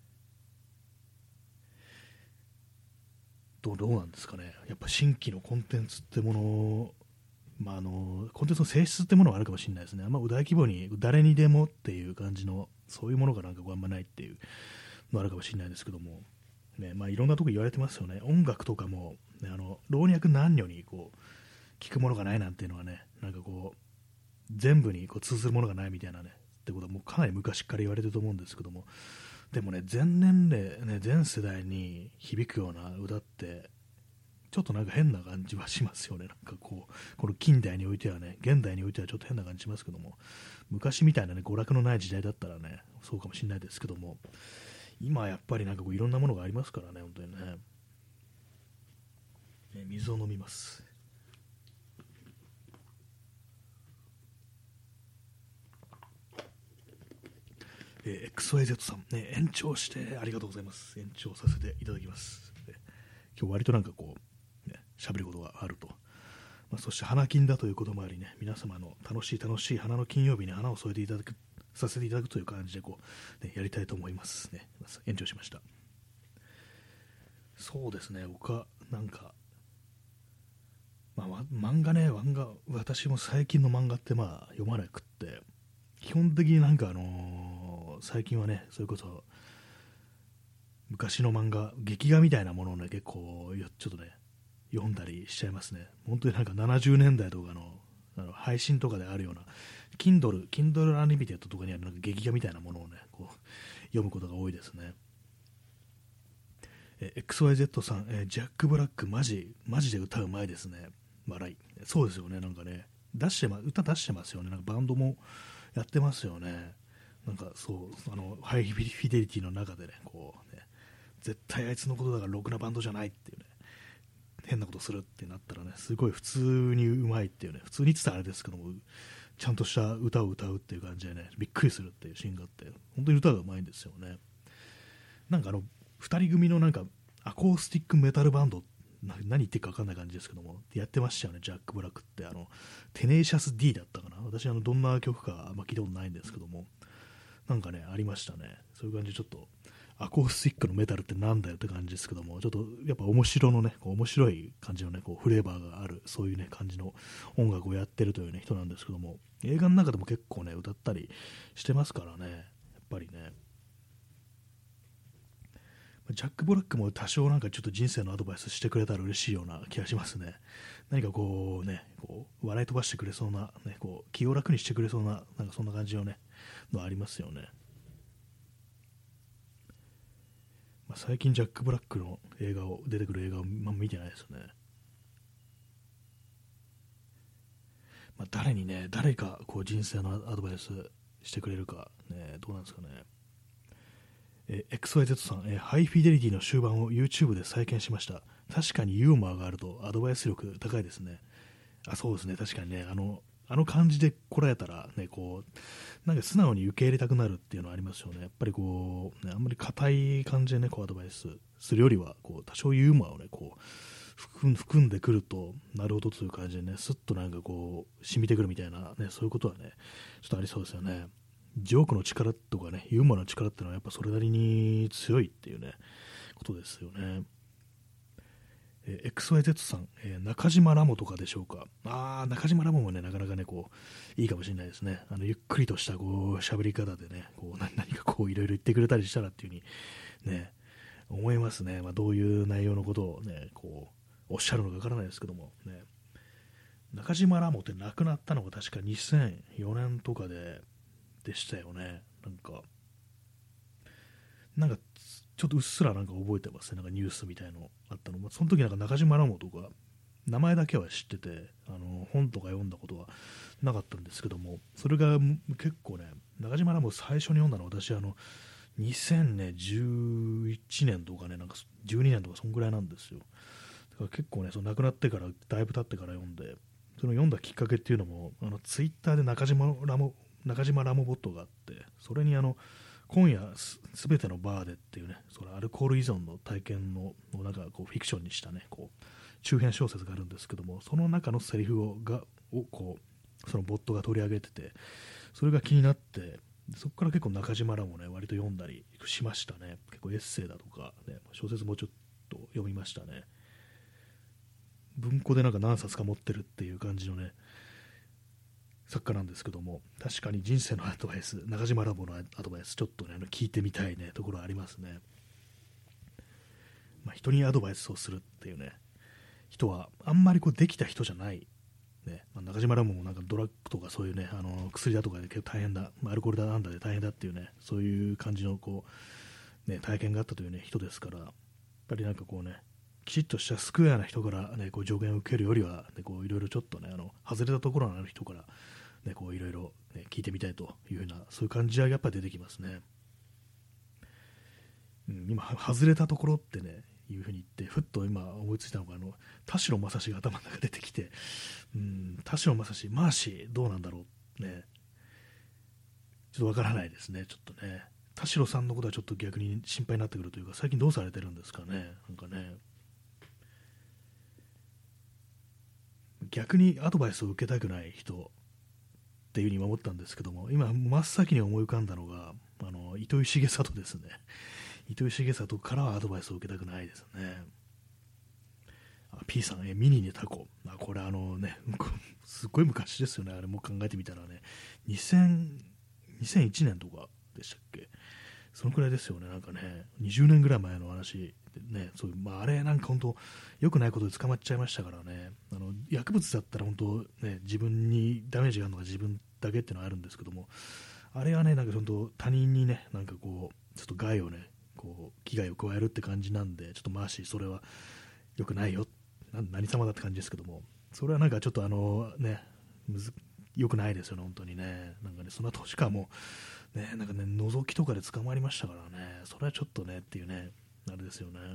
どうなんですかね、やっぱ新規のコンテンツってもの、まあ、コンテンツの性質ってものがあるかもしれないですね。あんま大規模に誰にでもっていう感じの、そういうものがなんかこうあんまないっていうのがあるかもしれないですけども、ね、まあ、いろんなとこ言われてますよね。音楽とかも、ね、老若男女にこう聞くものがないなんていうのはね、なんかこう全部にこう通ずるものがないみたいなね、ってことはもうかなり昔から言われてると思うんですけども、でもね、全年齢、ね、全世代に響くような歌って、ちょっとなんか変な感じはしますよね。なんかこう、この近代においてはね、現代においてはちょっと変な感じしますけども、昔みたいなね、娯楽のない時代だったらね、そうかもしれないですけども、今はやっぱりなんかこういろんなものがありますからね、本当にね。水を飲みます。XYZ さん、ね、延長してありがとうございます。延長させていただきます。今日割となんかこう、ね、喋ることがあると。まあ、そして花金だということもありね、皆様の楽しい花の金曜日に花を添えていただく、させていただくという感じでこう、ね、やりたいと思いますね。延長しました。そうですね、僕はなんか、まあ、漫画、私も最近の漫画ってまあ読まなくって、基本的になんか最近はね、それこそ昔の漫画、劇画みたいなものをね、結構ちょっとね、読んだりしちゃいますね。本当になんか70年代とかの配信とかであるような、Kindle Unlimited とかにあるなんか劇画みたいなものをね、こう読むことが多いですね。XYZ さん、ジャック・ブラックマジで歌うまいですね。笑い。そうですよね、なんかね、歌出してますよね、なんかバンドもやってますよね。なんかそう、ハイフィデリティの中でね、こうね、絶対あいつのことだからろくなバンドじゃないっていうね、変なことするってなったらね、すごい普通にうまいっていうね、普通に言ってたらあれですけども、ちゃんとした歌を歌うっていう感じでね、びっくりするっていうシーンがあって、本当に歌がうまいんですよね。なんか2人組のなんかアコースティックメタルバンド、何言ってるか分かんない感じですけども、やってましたよね、ジャック・ブラックって。テネーシャス D だったかな。私どんな曲かあんま聞いたことないんですけども、なんかね、ありましたね。そういう感じでちょっと、アコースティックのメタルってなんだよって感じですけども、ちょっとやっぱ面白い感じのね、こうフレーバーがある、そういうね、感じの音楽をやってるというね、人なんですけども、映画の中でも結構ね、歌ったりしてますからね、やっぱりね。ジャック・ブラックも多少なんかちょっと人生のアドバイスしてくれたら嬉しいような気がしますね。何かこうね、こう笑い飛ばしてくれそうな、ね、こう気を楽にしてくれそうな、なんかそんな感じのね、のありますよね。まあ、最近ジャック・ブラックの出てくる映画を、見てないですね。まあ、誰かこう人生のアドバイスしてくれるか、ね、どうなんですかね。XYZ さん、ハイフィデリティの終盤を YouTube で再建しました。確かにユーモアがあるとアドバイス力高いですね。そうですね、確かにね、あの感じで来られたら、ね、こう、なんか素直に受け入れたくなるっていうのはありますよね。やっぱりこう、ね、あんまり硬い感じでね、こうアドバイスするよりは、こう、多少ユーモアをね、こう、含んでくると、なるほどという感じでね、すっとなんかこう、染みてくるみたいな、ね、そういうことはね、ちょっとありそうですよね。ジョークの力とかね、ユーモアの力っていうのはやっぱそれなりに強いっていうね、ことですよね。XYZ さん、中島ラモとかでしょうか。中島ラモもね、なかなかね、こう、いいかもしれないですね。ゆっくりとしたこう喋り方でね、こう何かこういろいろ言ってくれたりしたらっていう風にね、思いますね。まあ、どういう内容のことをね、こう、おっしゃるのかわからないですけども、ね。中島ラモって亡くなったのが確か2004年とかでしたよね。なんかちょっとうっすらなんか覚えてますね。なんかニュースみたいのあったの。その時なんか中島ラモとか名前だけは知ってて、本とか読んだことはなかったんですけども、それが結構ね、中島ラモ最初に読んだのは私2011年とかね、なんか12年とかそんぐらいなんですよ。だから結構ね、その亡くなってからだいぶ経ってから読んで、その読んだきっかけっていうのもツイッターで中島中島ラモボットがあって、それに今夜すべてのバーでっていうね、そのアルコール依存の体験のなんかこうフィクションにしたね、こう中編小説があるんですけども、その中のセリフをこうそのボットが取り上げてて、それが気になって、そこから結構中島らもね割と読んだりしましたね。結構エッセイだとか、ね、小説もちょっと読みましたね。文庫でなんか何冊か持ってるっていう感じのね作家なんですけども、確かに人生のアドバイス、中島ラボのアドバイスちょっとね聞いてみたいねところありますね。人にアドバイスをするっていうね人はあんまりこうできた人じゃないね。中島ラモもなんかドラッグとかそういうね薬だとかで結構大変だ、アルコールだなんだで大変だっていうね、そういう感じのこうね体験があったというね人ですから、やっぱりなんかこうねきちっとしたスクエアな人からねこう助言を受けるよりはねこういろいろちょっとね外れたところのある人からねこういろいろね聞いてみたいというふうなそういう感じはやっぱり出てきますね。今外れたところってねいうふうに言ってふっと今思いついたのが田代正史が頭の中出てきて、田代正史マーシーどうなんだろうね、ちょっとわからないですね。ちょっとね田代さんのことはちょっと逆に心配になってくるというか、最近どうされてるんですかね。なんかね逆にアドバイスを受けたくない人っていうふうに思ったんですけども、今真っ先に思い浮かんだのが糸井重里ですね。糸井重里からはアドバイスを受けたくないですね。P さん、ミニにタコ。これね、すっごい昔ですよね。あれも考えてみたらね、2001年とかでしたっけ。そのくらいですよね。なんかね、20年ぐらい前の話でね、そういう、あれなんか本当、良くないことで捕まっちゃいましたからね。薬物だったら本当、ね、自分にダメージがあるのが自分だけっていうのはあるんですけども、あれはね、なんか本当、他人にね、なんかこう、ちょっと害をね、こう危害を加えるって感じなんで、ちょっとマーシーそれは良くないよ、何様だって感じですけども、それはなんかちょっとね良くないですよね本当にね。なんかねその後しかもねなんかね覗きとかで捕まりましたからね、それはちょっとねっていうねあれですよね。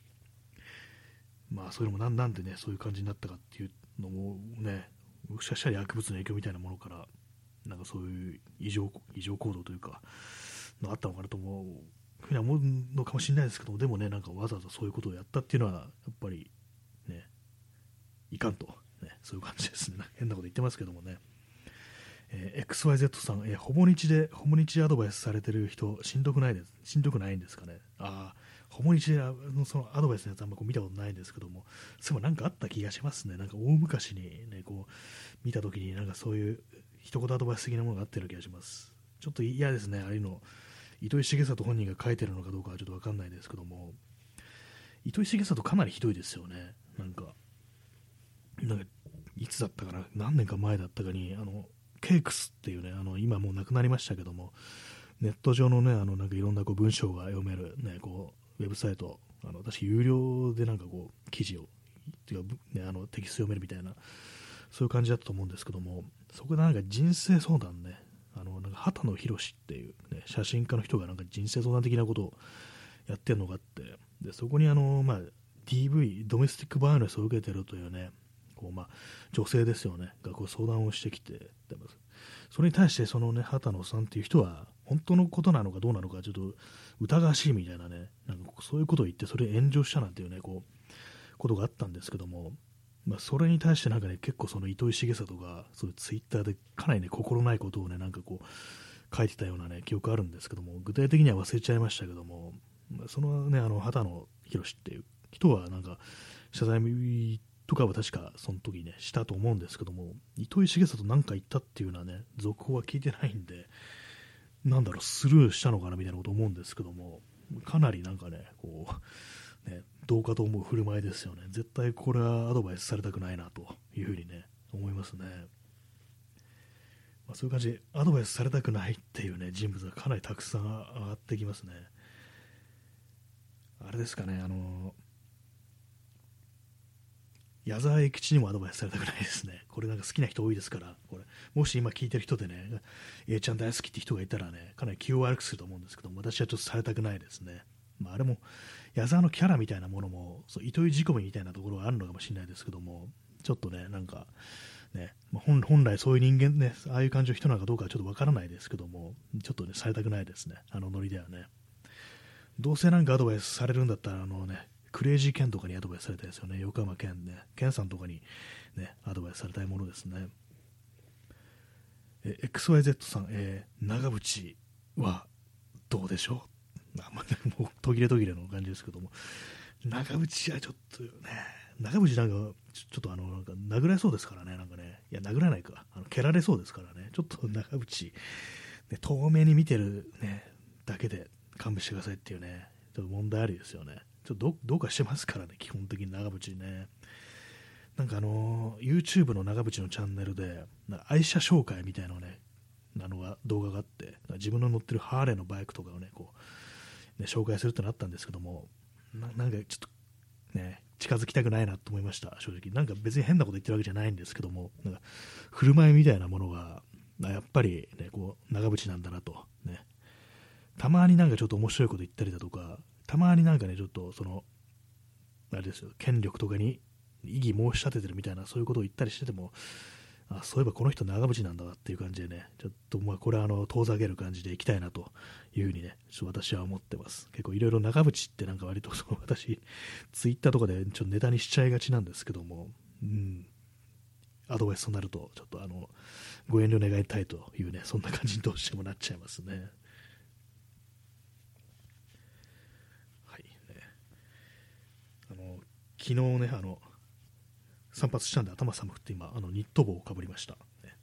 そういうのもなんでねそういう感じになったかっていうのもね、もしかしたら薬物の影響みたいなものからなんかそういう異常行動というかのあったのかなと思うふうに思うのかもしれないですけども、でもねなんかわざわざそういうことをやったっていうのはやっぱりねいかんと、ね、そういう感じですね。変なこと言ってますけどもね。XYZ さん、ほぼ日アドバイスされてる人しんどくないんですかね。ほぼ日でそのアドバイスのやつあんまこう見たことないんですけども、そういえばなんかあった気がしますね。なんか大昔にねこう見たときになんかそういう一言アドバイス的なものがあったような気がします。ちょっと嫌ですね。ああいうの糸井重里本人が書いてるのかどうかはちょっと分かんないですけども、糸井重里かなりひどいですよね。なんかいつだったかな、何年か前だったかにケイクスっていうね今もうなくなりましたけども、ネット上のねなんかいろんなこう文章が読める、ね、こうウェブサイト、確か有料でなんかこう記事をていうか、ね、テキスト読めるみたいなそういう感じだったと思うんですけども、そこでなんか人生相談ね、なんか畑野博っていう、ね、写真家の人がなんか人生相談的なことをやってるのがあって、でそこにDV ドメスティックバイオレンスを受けてるというねこう女性ですよねがこう相談をしてきて、でもそれに対してそのね畑野さんっていう人は本当のことなのかどうなのかちょっと疑わしいみたいなね、なんかそういうことを言ってそれ炎上したなんていうねことがあったんですけども、それに対してなんかね結構その糸井重里がそういうツイッターでかなりね心ないことをねなんかこう書いてたようなね記憶あるんですけども、具体的には忘れちゃいましたけども、そのね畑野博っていう人はなんか謝罪とかは確かその時ねしたと思うんですけども、糸井重里なんか言ったっていうのはね続報は聞いてないんで、なんだろうスルーしたのかなみたいなこと思うんですけども、かなりなんかねこうねどうかと思う振る舞いですよね。絶対これはアドバイスされたくないなというふうにね思いますね。そういう感じでアドバイスされたくないっていうね人物がかなりたくさん上がってきますね。あれですかね矢沢永吉にもアドバイスされたくないですね。これなんか好きな人多いですから、これもし今聞いてる人でね、A ちゃん大好きって人がいたらね、かなり気を悪くすると思うんですけども、私はちょっとされたくないですね。あれも矢沢のキャラみたいなものも、そう糸井仕込みみたいなところがあるのかもしれないですけども、ちょっとね、なんかね、本来そういう人間ね、ああいう感じの人なのかどうかはちょっとわからないですけども、ちょっとね、されたくないですね、あのノリではね。どうせなんかアドバイスされるんだったら、クレイジーケンとかにアドバイスされたいですよね、横浜ケンね、ケンさんとかに、ね、アドバイスされたいものですね。XYZ さん、長渕はどうでしょう。もう途切れ途切れの感じですけども、長渕はちょっとね、長渕なんかちょっとなんか殴られそうですからね、なんかね、いや殴らないか、蹴られそうですからね、ちょっと長渕、ね、遠目に見てる、ね、だけで勘弁してくださいっていうね、ちょっと問題ありですよね。ちょっとどうかしてますからね、基本的に長渕ね。なんかYouTube の長渕のチャンネルで、なんか愛車紹介みたいなね、動画があって、自分の乗ってるハーレーのバイクとかをね、こう、ね、紹介するってなったんですけども、なんかちょっとね、近づきたくないなと思いました、正直。なんか別に変なこと言ってるわけじゃないんですけども、なんか振る舞いみたいなものが、やっぱりね、こう、長渕なんだなと、ね。たまになんかちょっと面白いこと言ったりだとか、たまになんかね、ちょっとあれですよ、権力とかに異議申し立ててるみたいな、そういうことを言ったりしてても、そういえばこの人長渕なんだなっていう感じでね、ちょっとこれは遠ざける感じでいきたいなというふうにね、ちょっと私は思ってます。結構いろいろ長渕ってなんか割と私、ツイッターとかでちょっとネタにしちゃいがちなんですけども、アドバイスとなると、ちょっとご遠慮願いたいというね、そんな感じにどうしてもなっちゃいますね。はいね。昨日ね、散髪したんで頭寒くて今、ニット帽をかぶりました。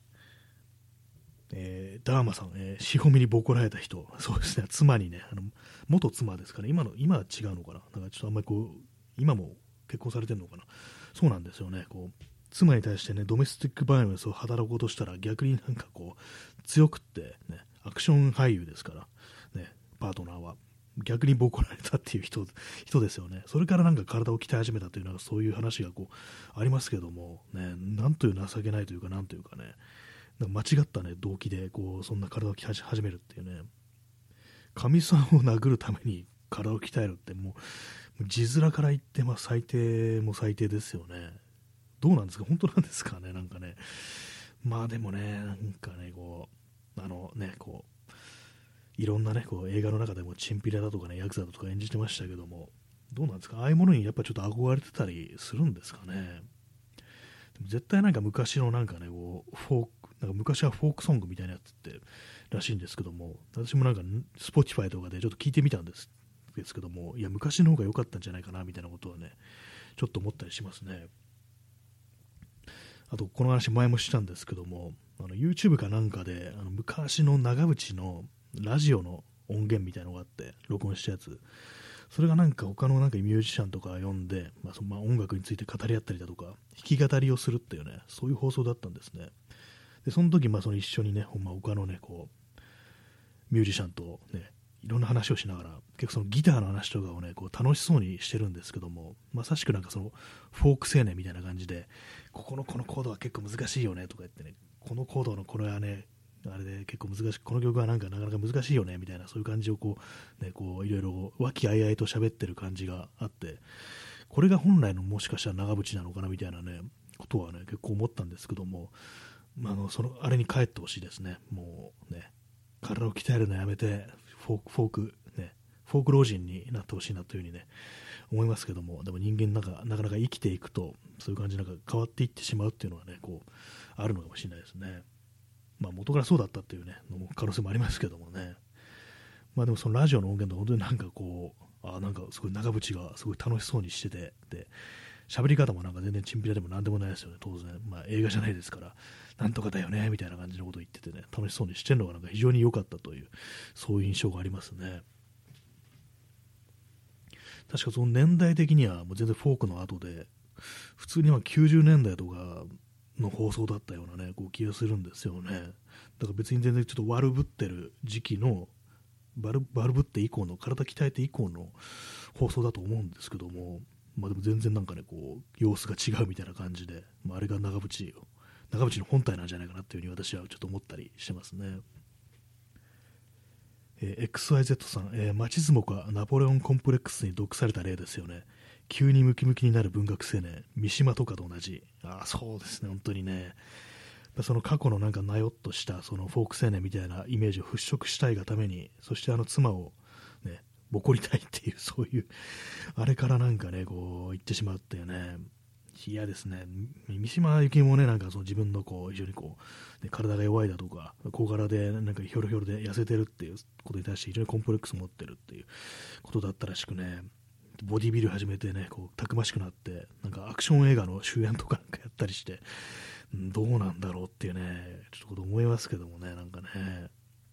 ダーマさん、しほみにボコられた人、そうですね、妻にね、元妻ですかね、今は違うのかな、なんかちょっとあんまり今も結婚されてるのかな、そうなんですよね、妻に対してね、ドメスティックバイオレンスを働こうとしたら、逆になんか強くって、ね、アクション俳優ですから、ね、パートナーは。逆にボコられたっていう人ですよね。それからなんか体を鍛え始めたというそういう話がありますけども、ね、なんという情けないというか、なんというかね、なんか間違ったね、動機でそんな体を鍛え始めるっていうね、かみさんを殴るために体を鍛えるってもう字面から言って、最低も最低ですよね。どうなんですか、本当なんですかね、なんかね、でもね、なんかね、いろんなね、映画の中でもチンピラだとかね、ヤクザだとか演じてましたけども、どうなんですか、ああいうものにやっぱちょっと憧れてたりするんですかね。でも絶対なんか昔のなんかね、なんか昔はフォークソングみたいなやつってらしいんですけども、私もなんか Spotify とかでちょっと聞いてみたんですけども、いや昔の方が良かったんじゃないかなみたいなことはね、ちょっと思ったりしますね。あとこの話前もしたんですけども、YouTube かなんかで昔の長渕のラジオの音源みたいなのがあって、録音したやつ、それがなんか他のなんかミュージシャンとか読んで、音楽について語り合ったりだとか弾き語りをするっていうね、そういう放送だったんですね。でその時一緒にね、他のねミュージシャンとね、いろんな話をしながら、結構そのギターの話とかをね、楽しそうにしてるんですけども、まさしくなんかフォーク青年みたいな感じで、このコードは結構難しいよねとか言ってね、このコードのこれはね、あれで結構難しい、この曲はなんかなかなか難しいよねみたいな、そういう感じをいろいろ和気あいあいと喋ってる感じがあって、これが本来のもしかしたら長渕なのかなみたいなね、ことはね、結構思ったんですけども、あれに帰ってほしいですね。もうね、体を鍛えるのやめてフォーク老人になってほしいなというふうにね思いますけども、でも人間なかなか生きていくとそういう感じなんか変わっていってしまうっていうのはねあるのかもしれないですね。元からそうだったっていうねのも可能性もありますけどもね。でもそのラジオの音源と本当になんかなんかすごい長渕がすごい楽しそうにしてて、で喋り方もなんか全然チンピラでもなんでもないですよね、当然。映画じゃないですから、なんとかだよねみたいな感じのことを言っててね、楽しそうにしてるのがなんか非常に良かったという、そういう印象がありますね。確かその年代的にはもう全然フォークの後で、普通に90年代とかの放送だったようなね、気がするんですよね。だから別に全然ちょっと悪ぶってる時期の、悪ぶって以降の、体鍛えて以降の放送だと思うんですけども、でも全然なんかね、様子が違うみたいな感じで、あれが長渕の本体なんじゃないかなというふうに私はちょっと思ったりしてますね。XYZ さん、町相撲かナポレオンコンプレックスに毒された例ですよね。 急にムキムキになる文学青年、三島とかと同じ。そうですね、本当にね。その過去のなんかなよっとしたそのフォーク青年みたいなイメージを払拭したいがために、そして妻をね、ボコりたいっていう、そういう、あれからなんかね、こう、言ってしまうっていうね、嫌ですね。三島由紀夫もね、なんかその自分のこう、非常にこう、ね、体が弱いだとか、小柄で、なんかひょろひょろで痩せてるっていうことに対して非常にコンプレックスを持ってるっていうことだったらしくね、ボディビル始めてね、こう、たくましくなって、なんかアクション映画の主演とかなんかやったりして、どうなんだろうっていうね、ちょっとこと思いますけどもね、なんかね。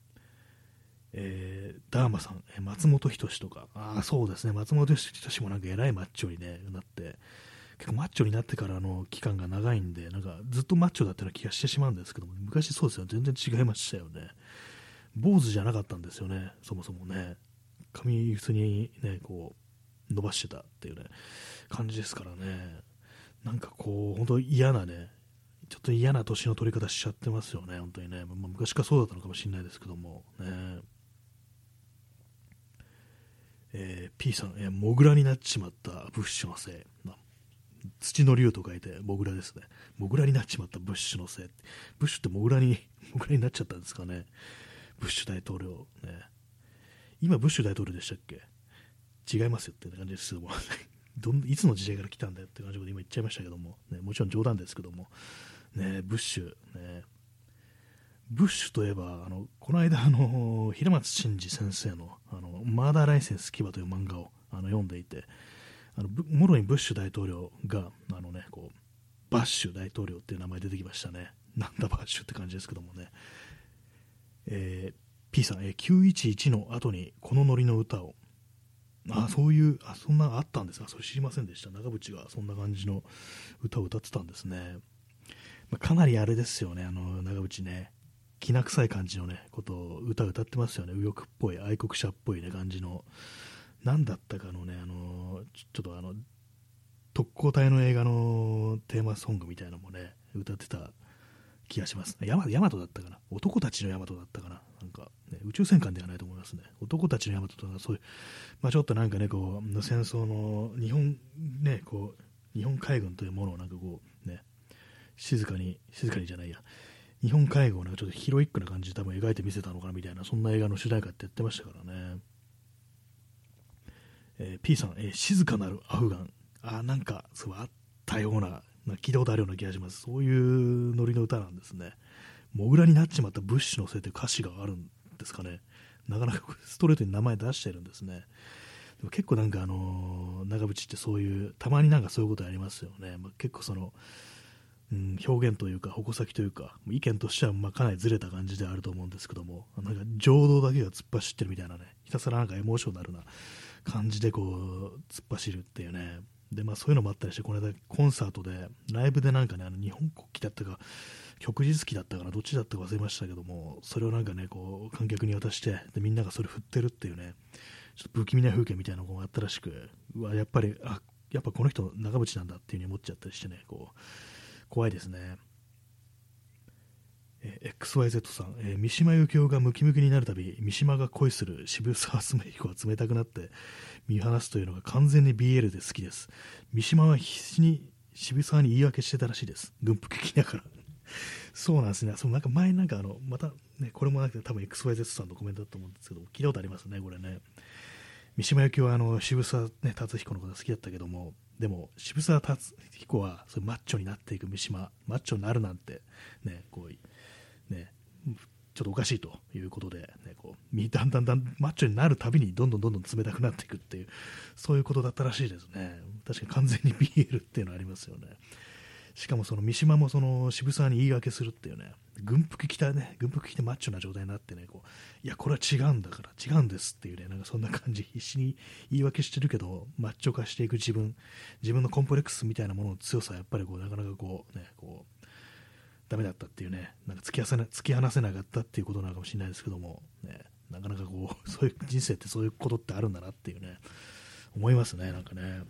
ダーマさん、松本人志とか、そうですね、松本人志もなんか偉いマッチョに、ね、なって、結構マッチョになってからの期間が長いんで、なんかずっとマッチョだったような気がしてしまうんですけども、昔そうですよ、全然違いましたよね。坊主じゃなかったんですよね、そもそもね。髪普通にね、こう、伸ばしてたっていうね、感じですからね。なんかこう、本当嫌なね、ちょっと嫌な年の取り方しちゃってますよね、本当にね。昔からそうだったのかもしれないですけども、ね。P さん、モグラになっちまったブッシュのせい。土の竜と書いてモグラですね。モグラになっちまったブッシュのせい。ブッシュってモグラになっちゃったんですかね。ブッシュ大統領。ね、今、ブッシュ大統領でしたっけ？違いますよって感じですけどもいつの時代から来たんだよって感じで今言っちゃいましたけども、ね、もちろん冗談ですけども、ね、ブッシュ、ね、ブッシュといえば、この間、平松真二先生の、マーダーライセンス牙という漫画を読んでいて、もろにブッシュ大統領が、こう、バッシュ大統領っていう名前出てきましたね。なんだバッシュって感じですけどもね。P さん、911の後にこのノリの歌を、そういう、そんなあったんですか。それ知りませんでした。長渕がそんな感じの歌を歌ってたんですね。かなりあれですよね、長渕ね。きな臭い感じのね、ことを歌ってますよね。右翼っぽい、愛国者っぽいね、感じの。何だったかのね、ちょっと特攻隊の映画のテーマソングみたいなのもね、歌ってた気がします。ヤマトだったかな。男たちのヤマトだったかな。なんか、ね、宇宙戦艦ではないと思いますね。男たちのヤマトとか、そういう、ちょっとなんかね、こう、戦争の日本海軍というものをなんかこう、ね、静かにじゃないや、日本海軍をなんかちょっとヒロイックな感じで多分描いてみせたのかなみたいな、そんな映画の主題歌ってやってましたからね。P さん、静かなるアフガン。なんか、そうあったような、聞いたことあるような気がします。そういうノリの歌なんですね。モグラになっちまったブッシュのせいという歌詞があるんですかね。なかなかストレートに名前出してるんですね。でも結構なんか長渕ってそういう、たまになんかそういうことありますよね。結構その、表現というか矛先というか意見としてはかなりずれた感じではあると思うんですけども、なんか情動だけが突っ走ってるみたいなね、ひたすらなんかエモーショナルな感じでこう突っ走るっていうね。でそういうのもあったりして、この間コンサートでライブでなんかね、日本国旗だったか旭日旗だったかな、どっちだったか忘れましたけども、それをなんかねこう観客に渡して、でみんながそれ振ってるっていうね、ちょっと不気味な風景みたいなのがあったらしく、やっぱこの人長渕なんだっていう風に思っちゃったりしてね、こう怖いですね。XYZ さん、三島由紀夫がムキムキになるたび三島が恋する渋沢恒彦は冷たくなって見放すというのが完全に BL で好きです。三島は必死に渋沢に言い訳してたらしいです。軍服着ながらそうなんですね。なんか前なんかまたね、これもなくて多分 XYZ さんのコメントだと思うんですけど、聞いたことありますね、これね。三島由紀夫は渋沢、ね、達彦のこと好きだったけども、でも渋沢達彦はそれマッチョになっていく三島、マッチョになるなんて、ね、こうね、ちょっとおかしいということで、ね、こうだんだんマッチョになるたびにどんどん冷たくなっていくっていう、そういうことだったらしいですね。確かに完全に BL っていうのありますよね。しかもその三島もその渋沢に言い訳するっていうね、軍服着てマッチョな状態になってね、こういやこれは違うんだから違うんですっていうね、なんかそんな感じ、必死に言い訳してるけどマッチョ化していく自分のコンプレックスみたいなものの強さはやっぱりこうなかなかこうね、こうダメだったっていうね、なんか突き放せなかったっていうことなのかもしれないですけども、ね、なかなかこうそういう人生ってそういうことってあるんだなっていうね、思いますね、なんかね。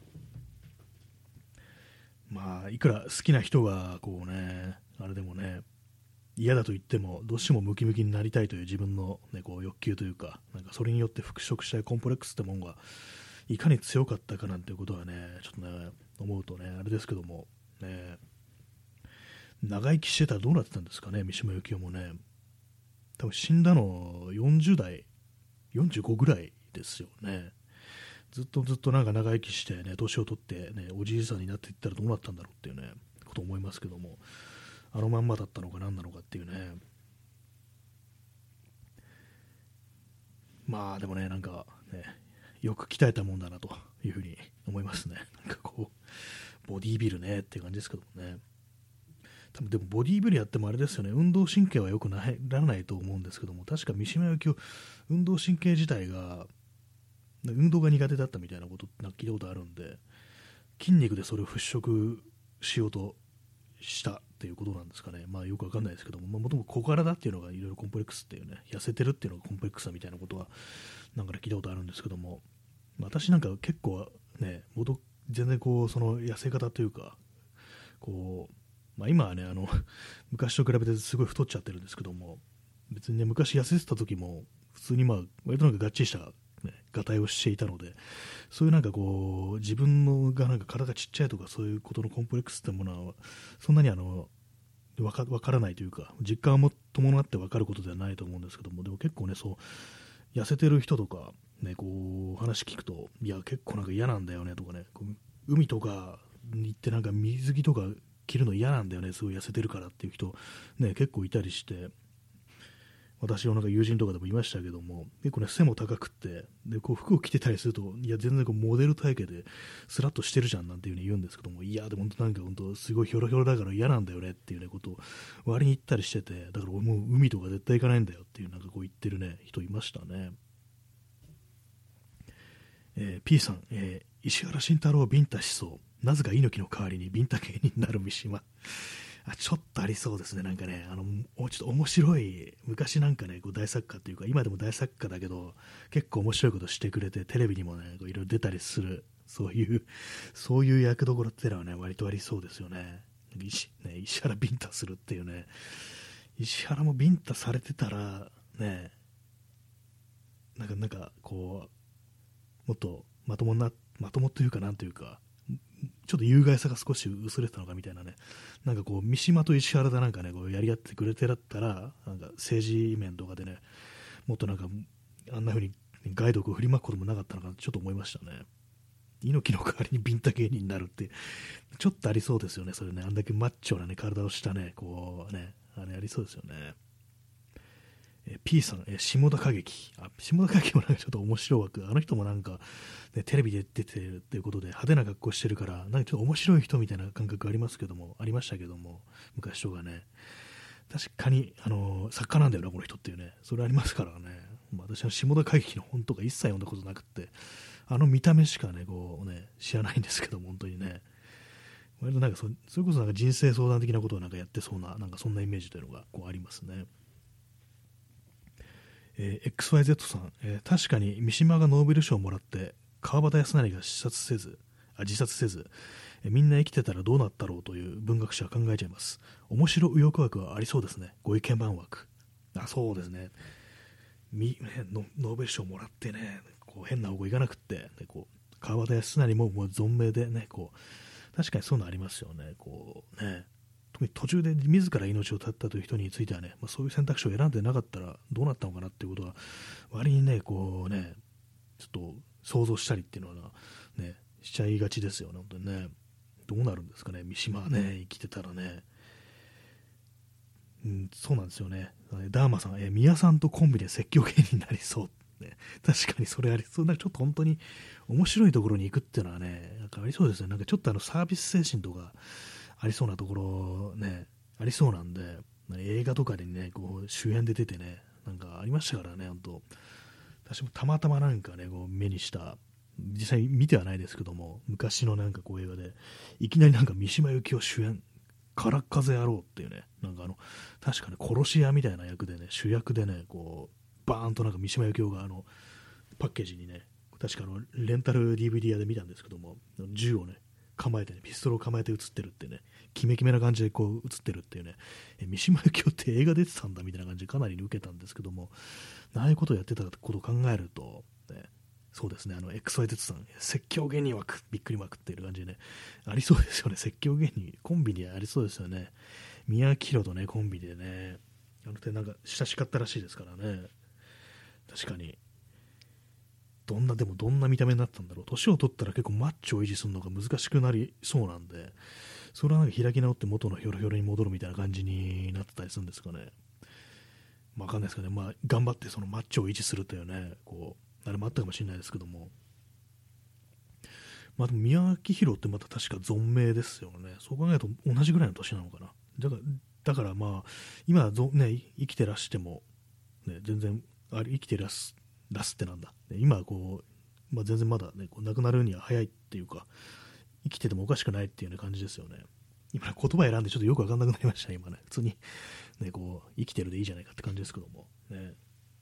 いくら好きな人がこうね、あれでもね、嫌だと言ってもどうしてもムキムキになりたいという自分の、ね、こう欲求というか、なんかそれによって復職したいコンプレックスってものがいかに強かったかなんていうことはね、ちょっとね、思うとね、あれですけども、ね、長生きしてたらどうなってたんですかね、三島由紀夫もね。多分死んだの40代、45ぐらいですよね。ずっとなんか長生きしてね、年を取ってね、おじいさんになっていったらどうなったんだろうっていうね、こと思いますけども、あのまんまだったのか何なのかっていうね。まあでもね、なんかね、よく鍛えたもんだなというふうに思いますね。なんかこう、ボディービルねっていう感じですけどもね。多分でもボディービルやってもあれですよね、運動神経は良くならないと思うんですけども、確か三島由紀夫、運動神経自体が、運動が苦手だったみたいなことって聞いたことあるんで、筋肉でそれを払拭しようとしたっていうことなんですかね。まあよくわかんないですけども、もともと小柄だっていうのがいろいろコンプレックスっていうね、痩せてるっていうのがコンプレックスだみたいなことはなんかで聞いたことあるんですけども、私なんか結構ね、全然こうその痩せ方というか、こう、まあ、今はね昔と比べてすごい太っちゃってるんですけども、別にね昔痩せてた時も普通にまあ割となんかがっちりした、ね、がたいをしていたので、そういうなんかこう自分のがなんか体がちっちゃいとかそういうことのコンプレックスってものはそんなにわからないというか、実感を伴って分かることではないと思うんですけども、でも結構ね、そう痩せてる人とかね、こう話聞くと、いや結構なんか嫌なんだよねとかね、こう海とかに行ってなんか水着とか着るの嫌なんだよね、すごい痩せてるからっていう人ね、結構いたりして、私のなんか友人とかでもいましたけども、結構ね背も高くって、でこう服を着てたりすると、いや全然こうモデル体型でスラッとしてるじゃんなんていう風に言うんですけども、いやでも本当なんか本当すごいヒョロヒョロだから嫌なんだよねっていうねことを割に言ったりしてて、だから俺もう海とか絶対行かないんだよっていうなんかこう言ってるね人いましたね。P さん、石原慎太郎ビンタしそう、なぜか猪木の代わりにビンタ芸人になる三島。ちょっとありそうですね、なんかね、ちょっと面白い、昔なんかね、こう大作家っていうか、今でも大作家だけど、結構面白いことしてくれて、テレビにもね、いろいろ出たりする、そういう役どころっていうのはね、割とありそうですよね。石原ビンタするっていうね、石原もビンタされてたら、ね、なんかこう、もっとまともというか、なんというか、ちょっと有害さが少し薄れてたのかみたいなね、なんかこう三島と石原でなんかねこうやり合ってくれてだったら、なんか政治面とかでね、もっとなんかあんな風に害毒を振りまくこともなかったのかなちょっと思いましたね。猪木の代わりにビンタ芸人になるってちょっとありそうですよね、それね、あんだけマッチョなね体をしたね、こうね、あれありそうですよね。P さん、下田景樹。下田景樹もなんかちょっと面白い枠。あの人もなんか、ね、テレビで出てるっていうことで派手な格好してるから、なんかちょっと面白い人みたいな感覚ありますけども、ありましたけども、昔とかね。確かに、作家なんだよな、この人っていうね。それありますからね。まあ、私は下田景樹の本とか一切読んだことなくって、見た目しかね、こうね、知らないんですけども、本当にね。割となんかそれこそなんか人生相談的なことをなんかやってそうな、なんかそんなイメージというのがこうありますね。XYZ さん、確かに三島がノーベル賞をもらって川端康成が自殺せず、みんな生きてたらどうなったろうという文学者は考えちゃいます。面白右翼枠はありそうですね。ご意見番枠。そうですね。ノーベル賞をもらってね、こう変な方向行かなくって、ね、こう川端康成も存命でね、こう確かにそういうのありますよね。こうね、特に途中で自ら命を絶ったという人についてはね、そういう選択肢を選んでなかったらどうなったのかなっていうことは割にね、こうね、ちょっと想像したりっていうのはね、しちゃいがちですよね、本当にね。どうなるんですかね、三島はね、生きてたらね。そうなんですよね。ダーマさん、宮さんとコンビで説教芸人になりそう。ね、確かにそれありそう。なんかちょっと本当に面白いところに行くっていうのはね、なんかありそうですね。なんかちょっとサービス精神とかありそうなところね、ありそうなんで、映画とかにね、こう主演で出てね、なんかありましたからね、本当。私もたまたまなんかね、こう目にした、実際見てはないですけども、昔のなんかこう映画で、いきなりなんか三島由紀夫主演、空っ風野郎っていうね、なんか確かね、殺し屋みたいな役でね、主役でね、こう、バーンとなんか三島由紀夫がパッケージにね、確かレンタル DVD 屋で見たんですけども、銃をね、構えてね、ピストルを構えて映ってるってね、キメキメな感じでこう映ってるっていうね、三島由紀夫って映画出てたんだみたいな感じでかなり受けたんですけども、ああいうことをやってたことを考えると、ね、 そうですね、XYZ さん、説教芸人枠、びっくり枠っていう感じでね、ありそうですよね、説教芸人、コンビにありそうですよね。宮城宏とね、コンビでね、あの手なんか親しかったらしいですからね、確かに。でもどんな見た目になったんだろう。年を取ったら結構マッチョを維持するのが難しくなりそうなんで、それはなんか開き直って元のヒョロヒョロに戻るみたいな感じになってたりするんですかね。わかんないですけどね、まあ、頑張ってそのマッチョを維持するというね、こう、あれもあったかもしれないですけども、まあでも宮城宏ってまた確か存命ですよね。そう考えると同じぐらいの年なのかな。だからまあ、今はね、生きてらしても、ね、全然、生きてらすってなんだ。今はこう、まあ、全然まだね、こう亡くなるには早いっていうか、生きててもおかしくないっていうような感じですよね。今、言葉選んでちょっとよくわかんなくなりましたね、今ね。普通に、ね、こう、生きてるでいいじゃないかって感じですけども。ね。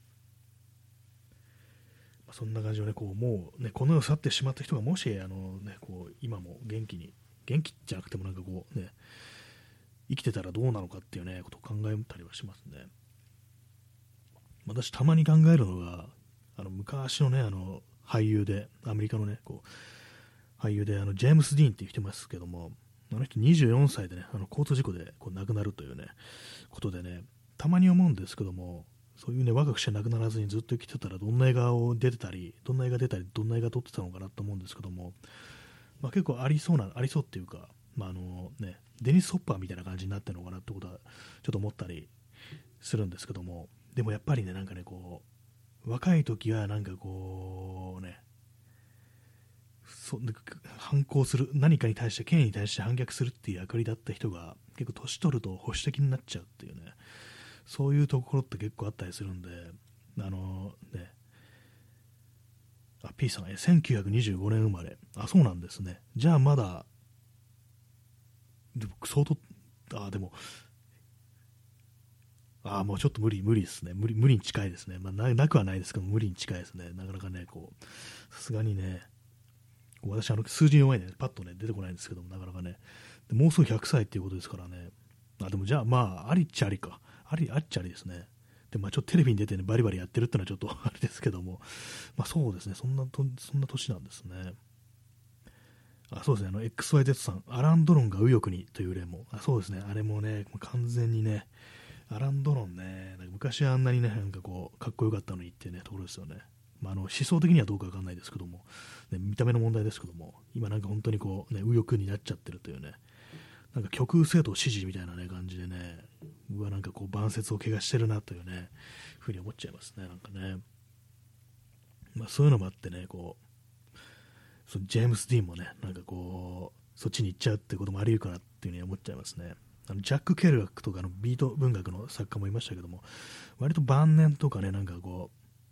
まあ、そんな感じでね、こう、もうね、この世を去ってしまった人がもし、こう、今も元気じゃなくてもなんかこう、ね、生きてたらどうなのかっていうね、ことを考えたりはしますね。私、たまに考えるのが、昔のね、俳優で、アメリカのね、こう、俳優で、ジェームス・ディーンっていう人いますけども、あの人24歳でね、交通事故でこう亡くなるというね、ことでね、たまに思うんですけども、そういうね、若くして亡くならずにずっと生きてたら、どんな映画出たり、どんな映画撮ってたのかなと思うんですけども、まあ、結構ありそうっていうか、まあね、デニス・ホッパーみたいな感じになってるのかなってことは、ちょっと思ったりするんですけども、でもやっぱりね、なんかね、こう、若い時はなんかこうね、反抗する、何かに対して、権威に対して反逆するっていう役割だった人が、結構年取ると保守的になっちゃうっていうね、そういうところって結構あったりするんで、ね、P さん、1925年生まれ。そうなんですね。じゃあまだ、でも相当、でも、もうちょっと無理ですね。無理に近いですね。まあ、なくはないですけど、無理に近いですね。なかなかね、こう、さすがにね、私、数字弱いんで、ね、パッとね、出てこないんですけども、なかなかね、もうすぐ100歳っていうことですからね。でもじゃあ、まあ、ありっちゃありか。ありっちゃありですね。で、まあ、ちょっとテレビに出てね、バリバリやってるってのはちょっとあれですけども、まあ、そうですね、そんな年なんですね。そうですね、XYZ さん、アラン・ドロンが右翼にという例も、そうですね、あれもね、完全にね、アラン・ドロンね、なんか昔はあんなにね、なんかこう、かっこよかったのにっていうね、ところですよね。まあ、思想的にはどうかわかんないですけども、ね、見た目の問題ですけども、今なんか本当にこう、ね、右翼になっちゃってるというね、なんか極右政党支持みたいなね、感じでね、なんかこう、晩節を怪我してるなというね、ふうに思っちゃいますね、なんかね。まあ、そういうのもあってね、こう、ジェームス・ディーンもね、なんかこう、そっちに行っちゃうってこともあり得るかなっていうふうに思っちゃいますね。ジャック・ケルアックとかのビート文学の作家もいましたけども、割と晩年とかね、なんかこ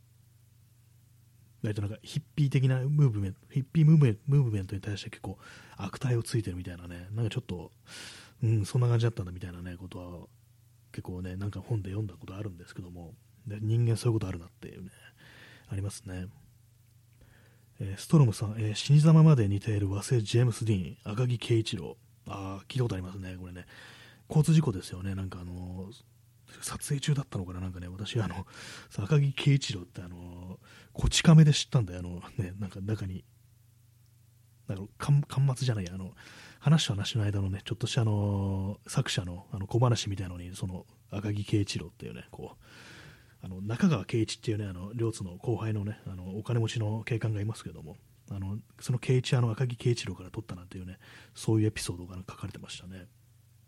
う、割となんかヒッピー的なムーブメント、ヒッピームーブメントに対して結構悪態をついてるみたいなね、なんかちょっと、そんな感じだったんだみたいなね、ことは結構ね、なんか本で読んだことあるんですけども、で人間そういうことあるなっていうね、ありますね。ストロムさん、死に様まで似ている和製ジェームス・ディーン、赤木圭一郎。聞いたことありますね、これね。交通事故ですよね、なんか撮影中だったのかな、なんかね、私、赤木圭一郎ってこち亀で知ったんだよ、ね、なんか中に、巻末じゃない、話と話の間のね、ちょっとした作者の小話みたいなのに、その赤木圭一郎っていうね、こう、中川圭一っていうね、両津の後輩のね、お金持ちの警官がいますけども、その圭一、赤木圭一郎から取ったなんていうね、そういうエピソードが書かれてましたね。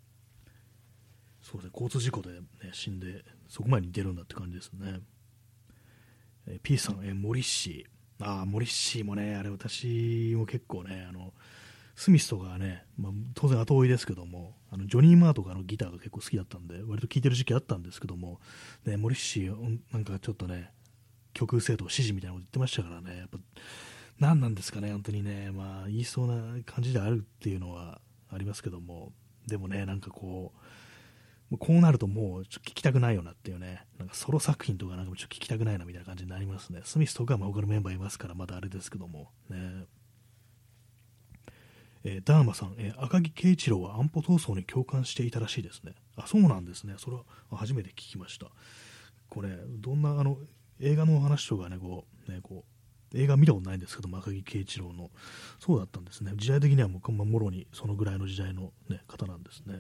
そうですね、交通事故で、ね、死んで、そこまで似てるんだって感じですね。P さん、モリッシー。モリッシーもね、あれ私も結構ね、スミスとかね、まあ、当然後追いですけども、ジョニー・マーとかのギターが結構好きだったんで、割と聴いてる時期あったんですけども、ね、モリッシー、なんかちょっとね、極右政党支持みたいなこと言ってましたからね、やっぱ、何なんですかね、本当にね、まあ、言いそうな感じであるっていうのはありますけども、でもね、なんかこうなるともうちょっと聞きたくないよなっていうね、なんかソロ作品とかなんかちょっと聞きたくないなみたいな感じになりますね。スミスとかまあ他のメンバーいますから、まだあれですけども、ね。ダーマさん、赤木圭一郎は安保闘争に共感していたらしいですね。そうなんですね。それは初めて聞きました。これ、どんな映画の話とかね、こう、 映画見たことないんですけど、赤木圭一郎の。そうだったんですね。時代的にはもう、もろにそのぐらいの時代の、ね、方なんですね。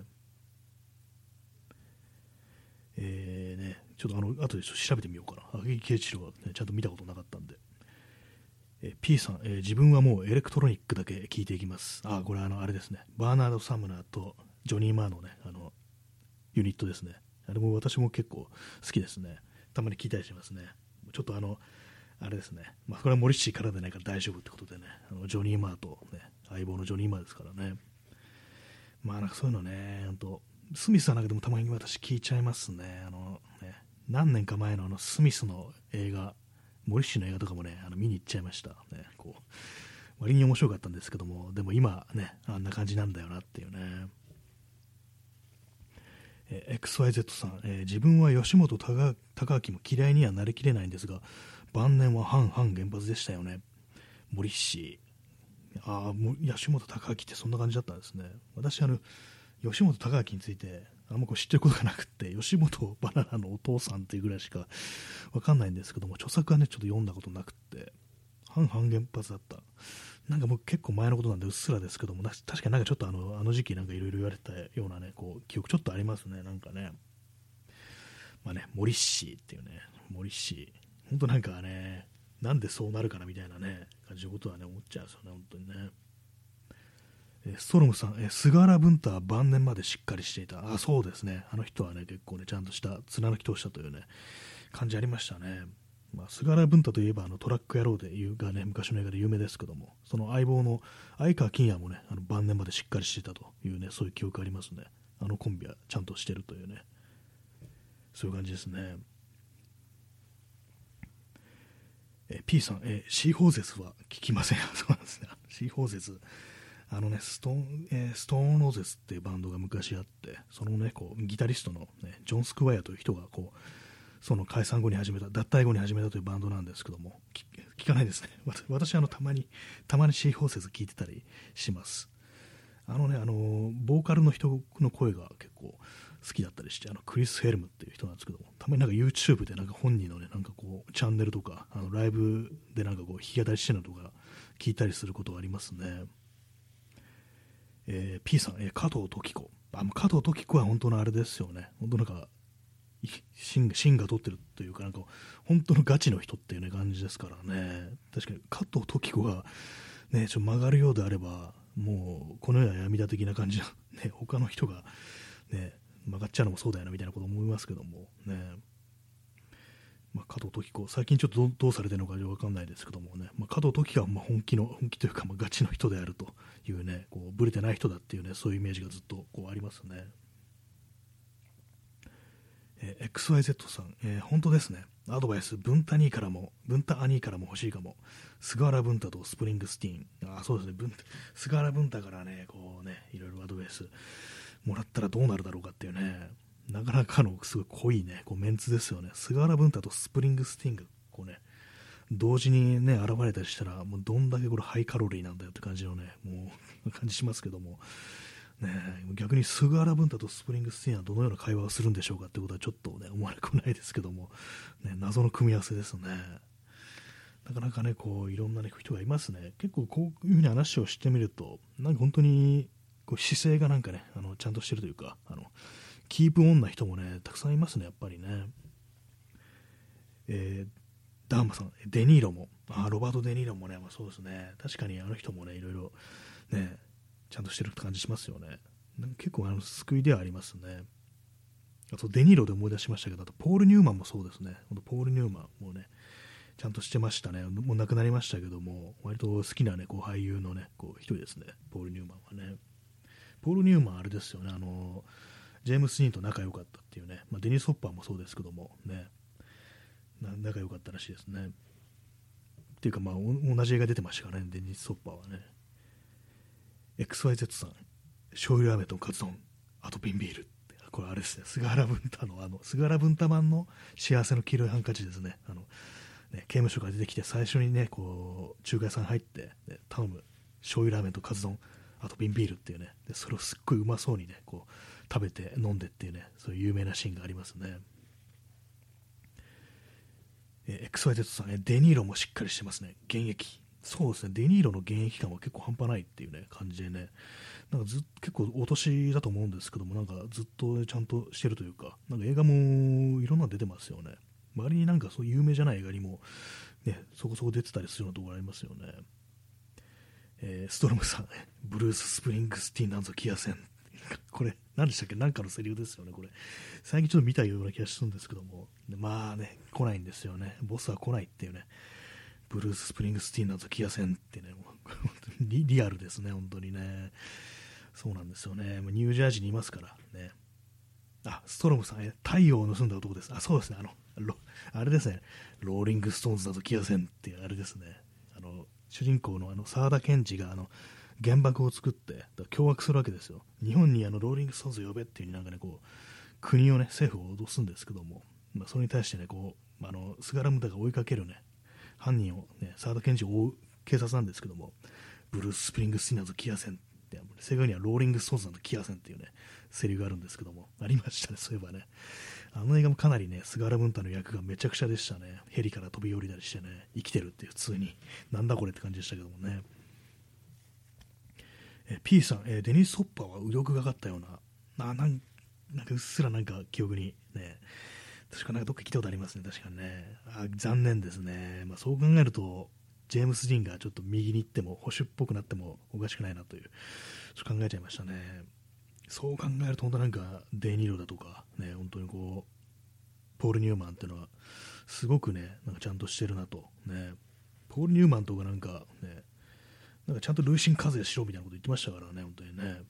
ちょっと後で調べてみようかな。赤木圭一郎は、ね、ちゃんと見たことなかったんで。P さん、自分はもうエレクトロニックだけ聞いていきます。これあれですね。バーナード・サムナーとジョニー・マーのね、ユニットですね。あれも私も結構好きですね。たまに聞いたりしますね。ちょっとあれですね。まあ、これはモリッシーからでないから大丈夫ってことでね、ジョニー・マーと、ね、相棒のジョニー・マーですからね。まあ、なんかそういうのね、スミスはなんかでもたまに私聞いちゃいますね。何年か前のスミスの映画、モリッシーの映画とかもね、見に行っちゃいました。ね、割に面白かったんですけども、でも今ね、あんな感じなんだよなっていうね。XYZ さん、自分は吉本隆明も嫌いにはなりきれないんですが、晩年は反原発でしたよね。モリッシー。もう吉本隆明ってそんな感じだったんですね。私、吉本隆明について、あんま知ってることがなくて、吉本バナナのお父さんっていうぐらいしかわかんないんですけども、著作はね、ちょっと読んだことなくて、反原発だった。なんかもう結構前のことなんでうっすらですけども、確かになんかちょっとあの時期なんかいろいろ言われたようなね、記憶ちょっとありますね、なんかね。まあね、モリッシーっていうね、モリッシー。本当なんかね、なんでそうなるかなみたいなね、感じのことはね、思っちゃうんですよね、本当にね。ストロムさん、菅原文太は晩年までしっかりしていた。そうですね。あの人はね、結構ね、ちゃんとした貫き通したというね、感じありましたね。まあ、菅原文太といえばトラック野郎でがね、昔の映画で有名ですけども、その相棒の相川欽也もね、晩年までしっかりしていたというね、そういう記憶ありますね。あのコンビはちゃんとしてるというね、そういう感じですね。P さん、シーホーゼスは聞きません。そうなんですね。シーホーゼス。ストーンローゼスっていうバンドが昔あって、そのね、ギタリストの、ね、ジョン・スクワイアという人がその解散後に始めた、脱退後に始めたというバンドなんですけども、聞かないですね。私たまにシーホーゼス聞いてたりします。ボーカルの人の声が結構好きだったりして、クリス・ヘルムっていう人なんですけども、たまになんか YouTube でなんか本人のね、なんかチャンネルとか、ライブでなんか弾き語りしてるのとか聞いたりすることがありますね。P さん、加藤登紀子。加藤登紀子は本当のあれですよね。本当なんか、芯が取ってるというか、なんか、本当のガチの人っていう、ね、感じですからね。確かに加藤登紀子が、ね、曲がるようであれば、もう、この世は闇だ的な感じの、ね、他の人が、ね、曲がっちゃうのもそうだよなみたいなこと思いますけども、ね。加藤登紀子、最近ちょっとどうされてるのか分かんないですけどもね、加藤登紀子は本気というか、ガチの人であるというね、ブレてない人だっていうね、そういうイメージがずっとありますね。XYZ さん、本当ですね。アドバイス、文太兄からも欲しいかも。菅原文太とスプリングスティーン。そうですね。菅原文太からね、いろいろアドバイスもらったらどうなるだろうかっていうね、なかなかのすごい濃いね、メンツですよね。菅原文太とスプリングスティーンが同時にね、現れたりしたら、もうどんだけハイカロリーなんだよって感じのね、もう感じしますけども、ね、逆に菅原文太とスプリングスティーンはどのような会話をするんでしょうかってことはちょっとね、思わなくもないですけども、ね、謎の組み合わせですね。なかなかね、いろんな、ね、人がいますね。結構こういうふうに話をしてみると、なんか本当に姿勢がなんかね、ちゃんとしてるというか、キープオンな人もね、たくさんいますね、やっぱりね。ダーマさん、デニーロも、ロバート・デニーロもね、そうですね、確かにあの人もね、いろいろね、ちゃんとしてるって感じしますよね。なんか結構救いではありますね。あとデニーロで思い出しましたけど、あとポール・ニューマンもそうですね。ポール・ニューマンもね、ちゃんとしてましたね。もう亡くなりましたけども、割と好きなね、俳優のね、一人ですね、ポール・ニューマンはね。ポール・ニューマンあれですよね、ジェームス・ディーンと仲良かったっていうね、デニス・ホッパーもそうですけども、ね、仲良かったらしいですね。っていうか、同じ映画出てましたからね、デニス・ホッパーはね。XYZ さん、醤油ラーメンとカツ丼、あと瓶ビールって、これあれですね、菅原文太の菅原文太版の幸せの黄色いハンカチですね。ね、刑務所から出てきて最初にね、中華屋さん入って、ね、頼む醤油ラーメンとカツ丼、あと瓶ビールっていうね、でそれをすっごいうまそうにね、食べて飲んでっていうね、そういう有名なシーンがありますね。 XYZ さん、デニーロもしっかりしてますね。現役。そうですね。デニーロの現役感は結構半端ないっていうね、感じでね。なんか結構お年だと思うんですけども、なんかずっとちゃんとしてるというか、なんか映画もいろんなの出てますよね。周りになんかそう有名じゃない映画にも、ね、そこそこ出てたりするようなところありますよね。ストロムさん、ブルース・スプリングスティーンなんぞ来やせん。これ、何でしたっけ、なんかのセリフですよね、これ。最近ちょっと見たような気がするんですけども、まあね、来ないんですよね。ボスは来ないっていうね。ブルース・スプリングスティーンなんぞ来やせんってね、もうリアルですね、本当にね。そうなんですよね。ニュージャージーにいますからね。あ、ストロムさん、太陽を盗んだ男です。あ、そうですね。あれですね。ローリングストーンズだと来やせんっていうあれですね。主人公の沢田研二が原爆を作って凶悪するわけですよ。日本にローリングストーンズを呼べっていうなんかね、こう国をね、政府を脅すんですけども、それに対してね、スガラムダが追いかけるね、犯人をね、沢田研二を追う警察なんですけども、ブルース・スプリングスティーナーズ来やせんって、正確にはローリングストーンズなんて来やせんっていうね、セリフがあるんですけども、ありましたね、そういえばね。あの映画もかなりね、菅原文太の役がめちゃくちゃでしたね。ヘリから飛び降りたりしてね、生きてるっていう普通に、なんだこれって感じでしたけどもね。P さん、デニス・ホッパーは右翼がかったような、なんかうっすらなんか記憶にね、確かなんかどっか聞いたことありますね、確かにね。残念ですね。そう考えると、ジェームス・ディーンがちょっと右に行っても、保守っぽくなってもおかしくないなという、そう考えちゃいましたね。そう考えると、本当なんか、デニーロだとか、ね、本当にポール・ニューマンっていうのは、すごくね、なんかちゃんとしてるなと。ね、ポール・ニューマンとかなんかね、なんかちゃんと累進課税しろみたいなこと言ってましたからね、本当にね。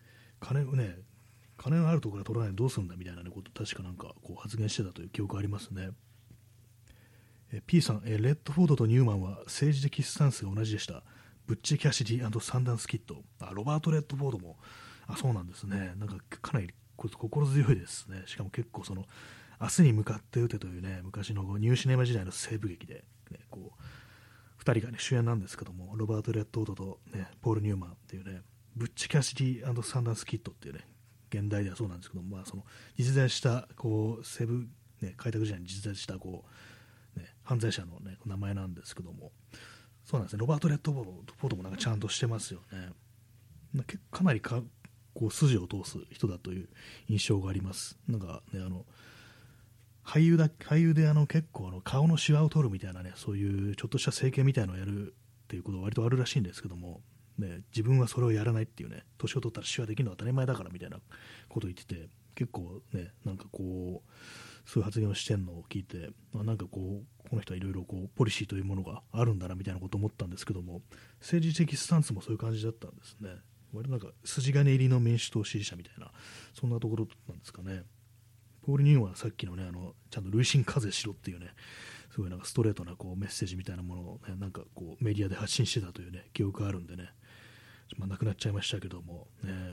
金のあるところから取らないでどうするんだみたいな、こと確かなんか発言してたという記憶がありますね。P さん、レッドフォードとニューマンは政治的スタンスが同じでした。ブッチ・キャシディサンダンス・キッド。ロバート・レッドフォードも、そうなんですね。なんかかなり心強いですね。しかも結構明日に向かって撃てというね、昔のニューシネマ時代の西部劇で、ね、2人が、ね、主演なんですけども、ロバート・レッドフォードと、ね、ポール・ニューマンっていうね、ブッチ・キャシディサンダンス・キッドっていうね、現代ではそうなんですけども、実在した西部、ね、開拓時代に実在した犯罪者の、ね、名前なんですけども、そうなんですね、ロバート・レッドフォードもなんかちゃんとしてますよね。かなり筋を通す人だという印象があります。なんかね、俳優で結構顔のシワを取るみたいなね、そういうちょっとした整形みたいなのをやるっていうことが割とあるらしいんですけども、ね、自分はそれをやらないっていうね、年を取ったらシワできるのは当たり前だからみたいなことを言ってて、結構ね、なんかそういう発言をしてるのを聞いて、なんかこの人はいろいろポリシーというものがあるんだなみたいなことを思ったんですけども、政治的スタンスもそういう感じだったんですね。割となんか筋金入りの民主党支持者みたいな、そんなところなんですかね。ポール・ニューマンはさっきのね、ちゃんと累進課税しろっていうね、すごいなんかストレートなメッセージみたいなものを、ね、なんかメディアで発信してたというね、記憶があるんでね、亡くなっちゃいましたけども、ね、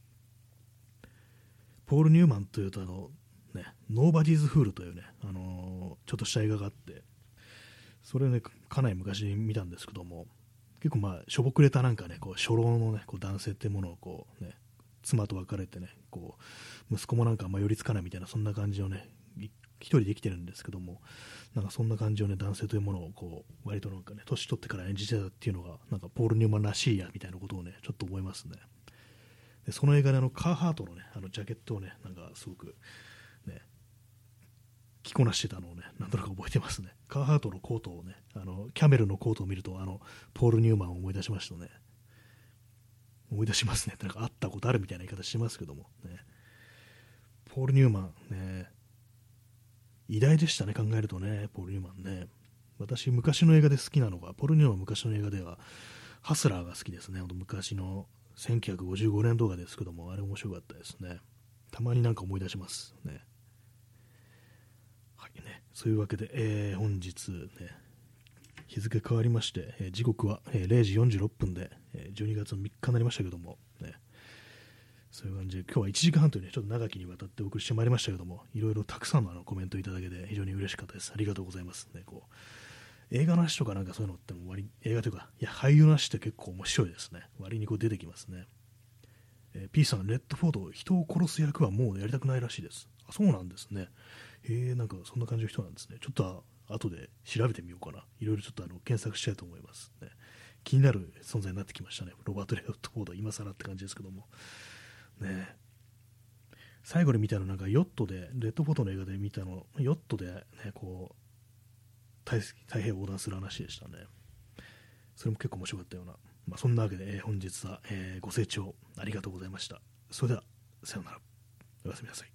ポール・ニューマンというとね、ノーバディーズ・フールというね、ちょっとした映画があって、それをね、かなり昔に見たんですけども、結構しょぼくれたなんかね、初老のね、男性っていうものをね、妻と別れてね、息子もなんか寄りつかないみたいな、そんな感じをね、一人で生きてるんですけども、なんかそんな感じをね、男性というものを割となんかね、年取ってから演じてたっていうのが、なんかポール・ニューマンらしいやみたいなことをね、ちょっと思いますね。でその映画でカーハートのね、ジャケットをね、なんかすごくね、着こなしてたのをね、なんとなく覚えてますね。カーハートのコートをね、キャメルのコートを見ると、ポール・ニューマンを思い出しましたね。思い出しますね。なんか会ったことあるみたいな言い方してますけども、ね。ポール・ニューマン、ね、偉大でしたね、考えるとね、ポール・ニューマンね。私、昔の映画で好きなのが、ポール・ニューマン昔の映画では、ハスラーが好きですね。昔の1955年動画ですけども、あれ面白かったですね。たまになんか思い出しますね。はいね。そういうわけで、本日ね、日付変わりまして、時刻は、0時46分で、12月の3日になりましたけども、ね、そういう感じで、今日は1時間半というね、ちょっと長きにわたってお送りしてまいりましたけども、いろいろたくさんのコメントいただけて非常に嬉しかったです。ありがとうございます。ね、映画の話とかなんかそういうのっても映画というか、いや、俳優の話って結構面白いですね。割に出てきますね。P さん、レッドフォード、人を殺す役はもうやりたくないらしいです。そうなんですね。なんかそんな感じの人なんですね。ちょっと後で調べてみようかな。いろいろちょっと検索したいと思いますね。気になる存在になってきましたね。ロバート・レッドフォード、今更って感じですけども。ね、最後に見たのなんかヨットで、レッドフォードの映画で見たの、ヨットでね、こう、太平洋横断する話でしたね。それも結構面白かったような。そんなわけで、本日は、ご清聴ありがとうございました。それでは、さようなら。おやすみなさい。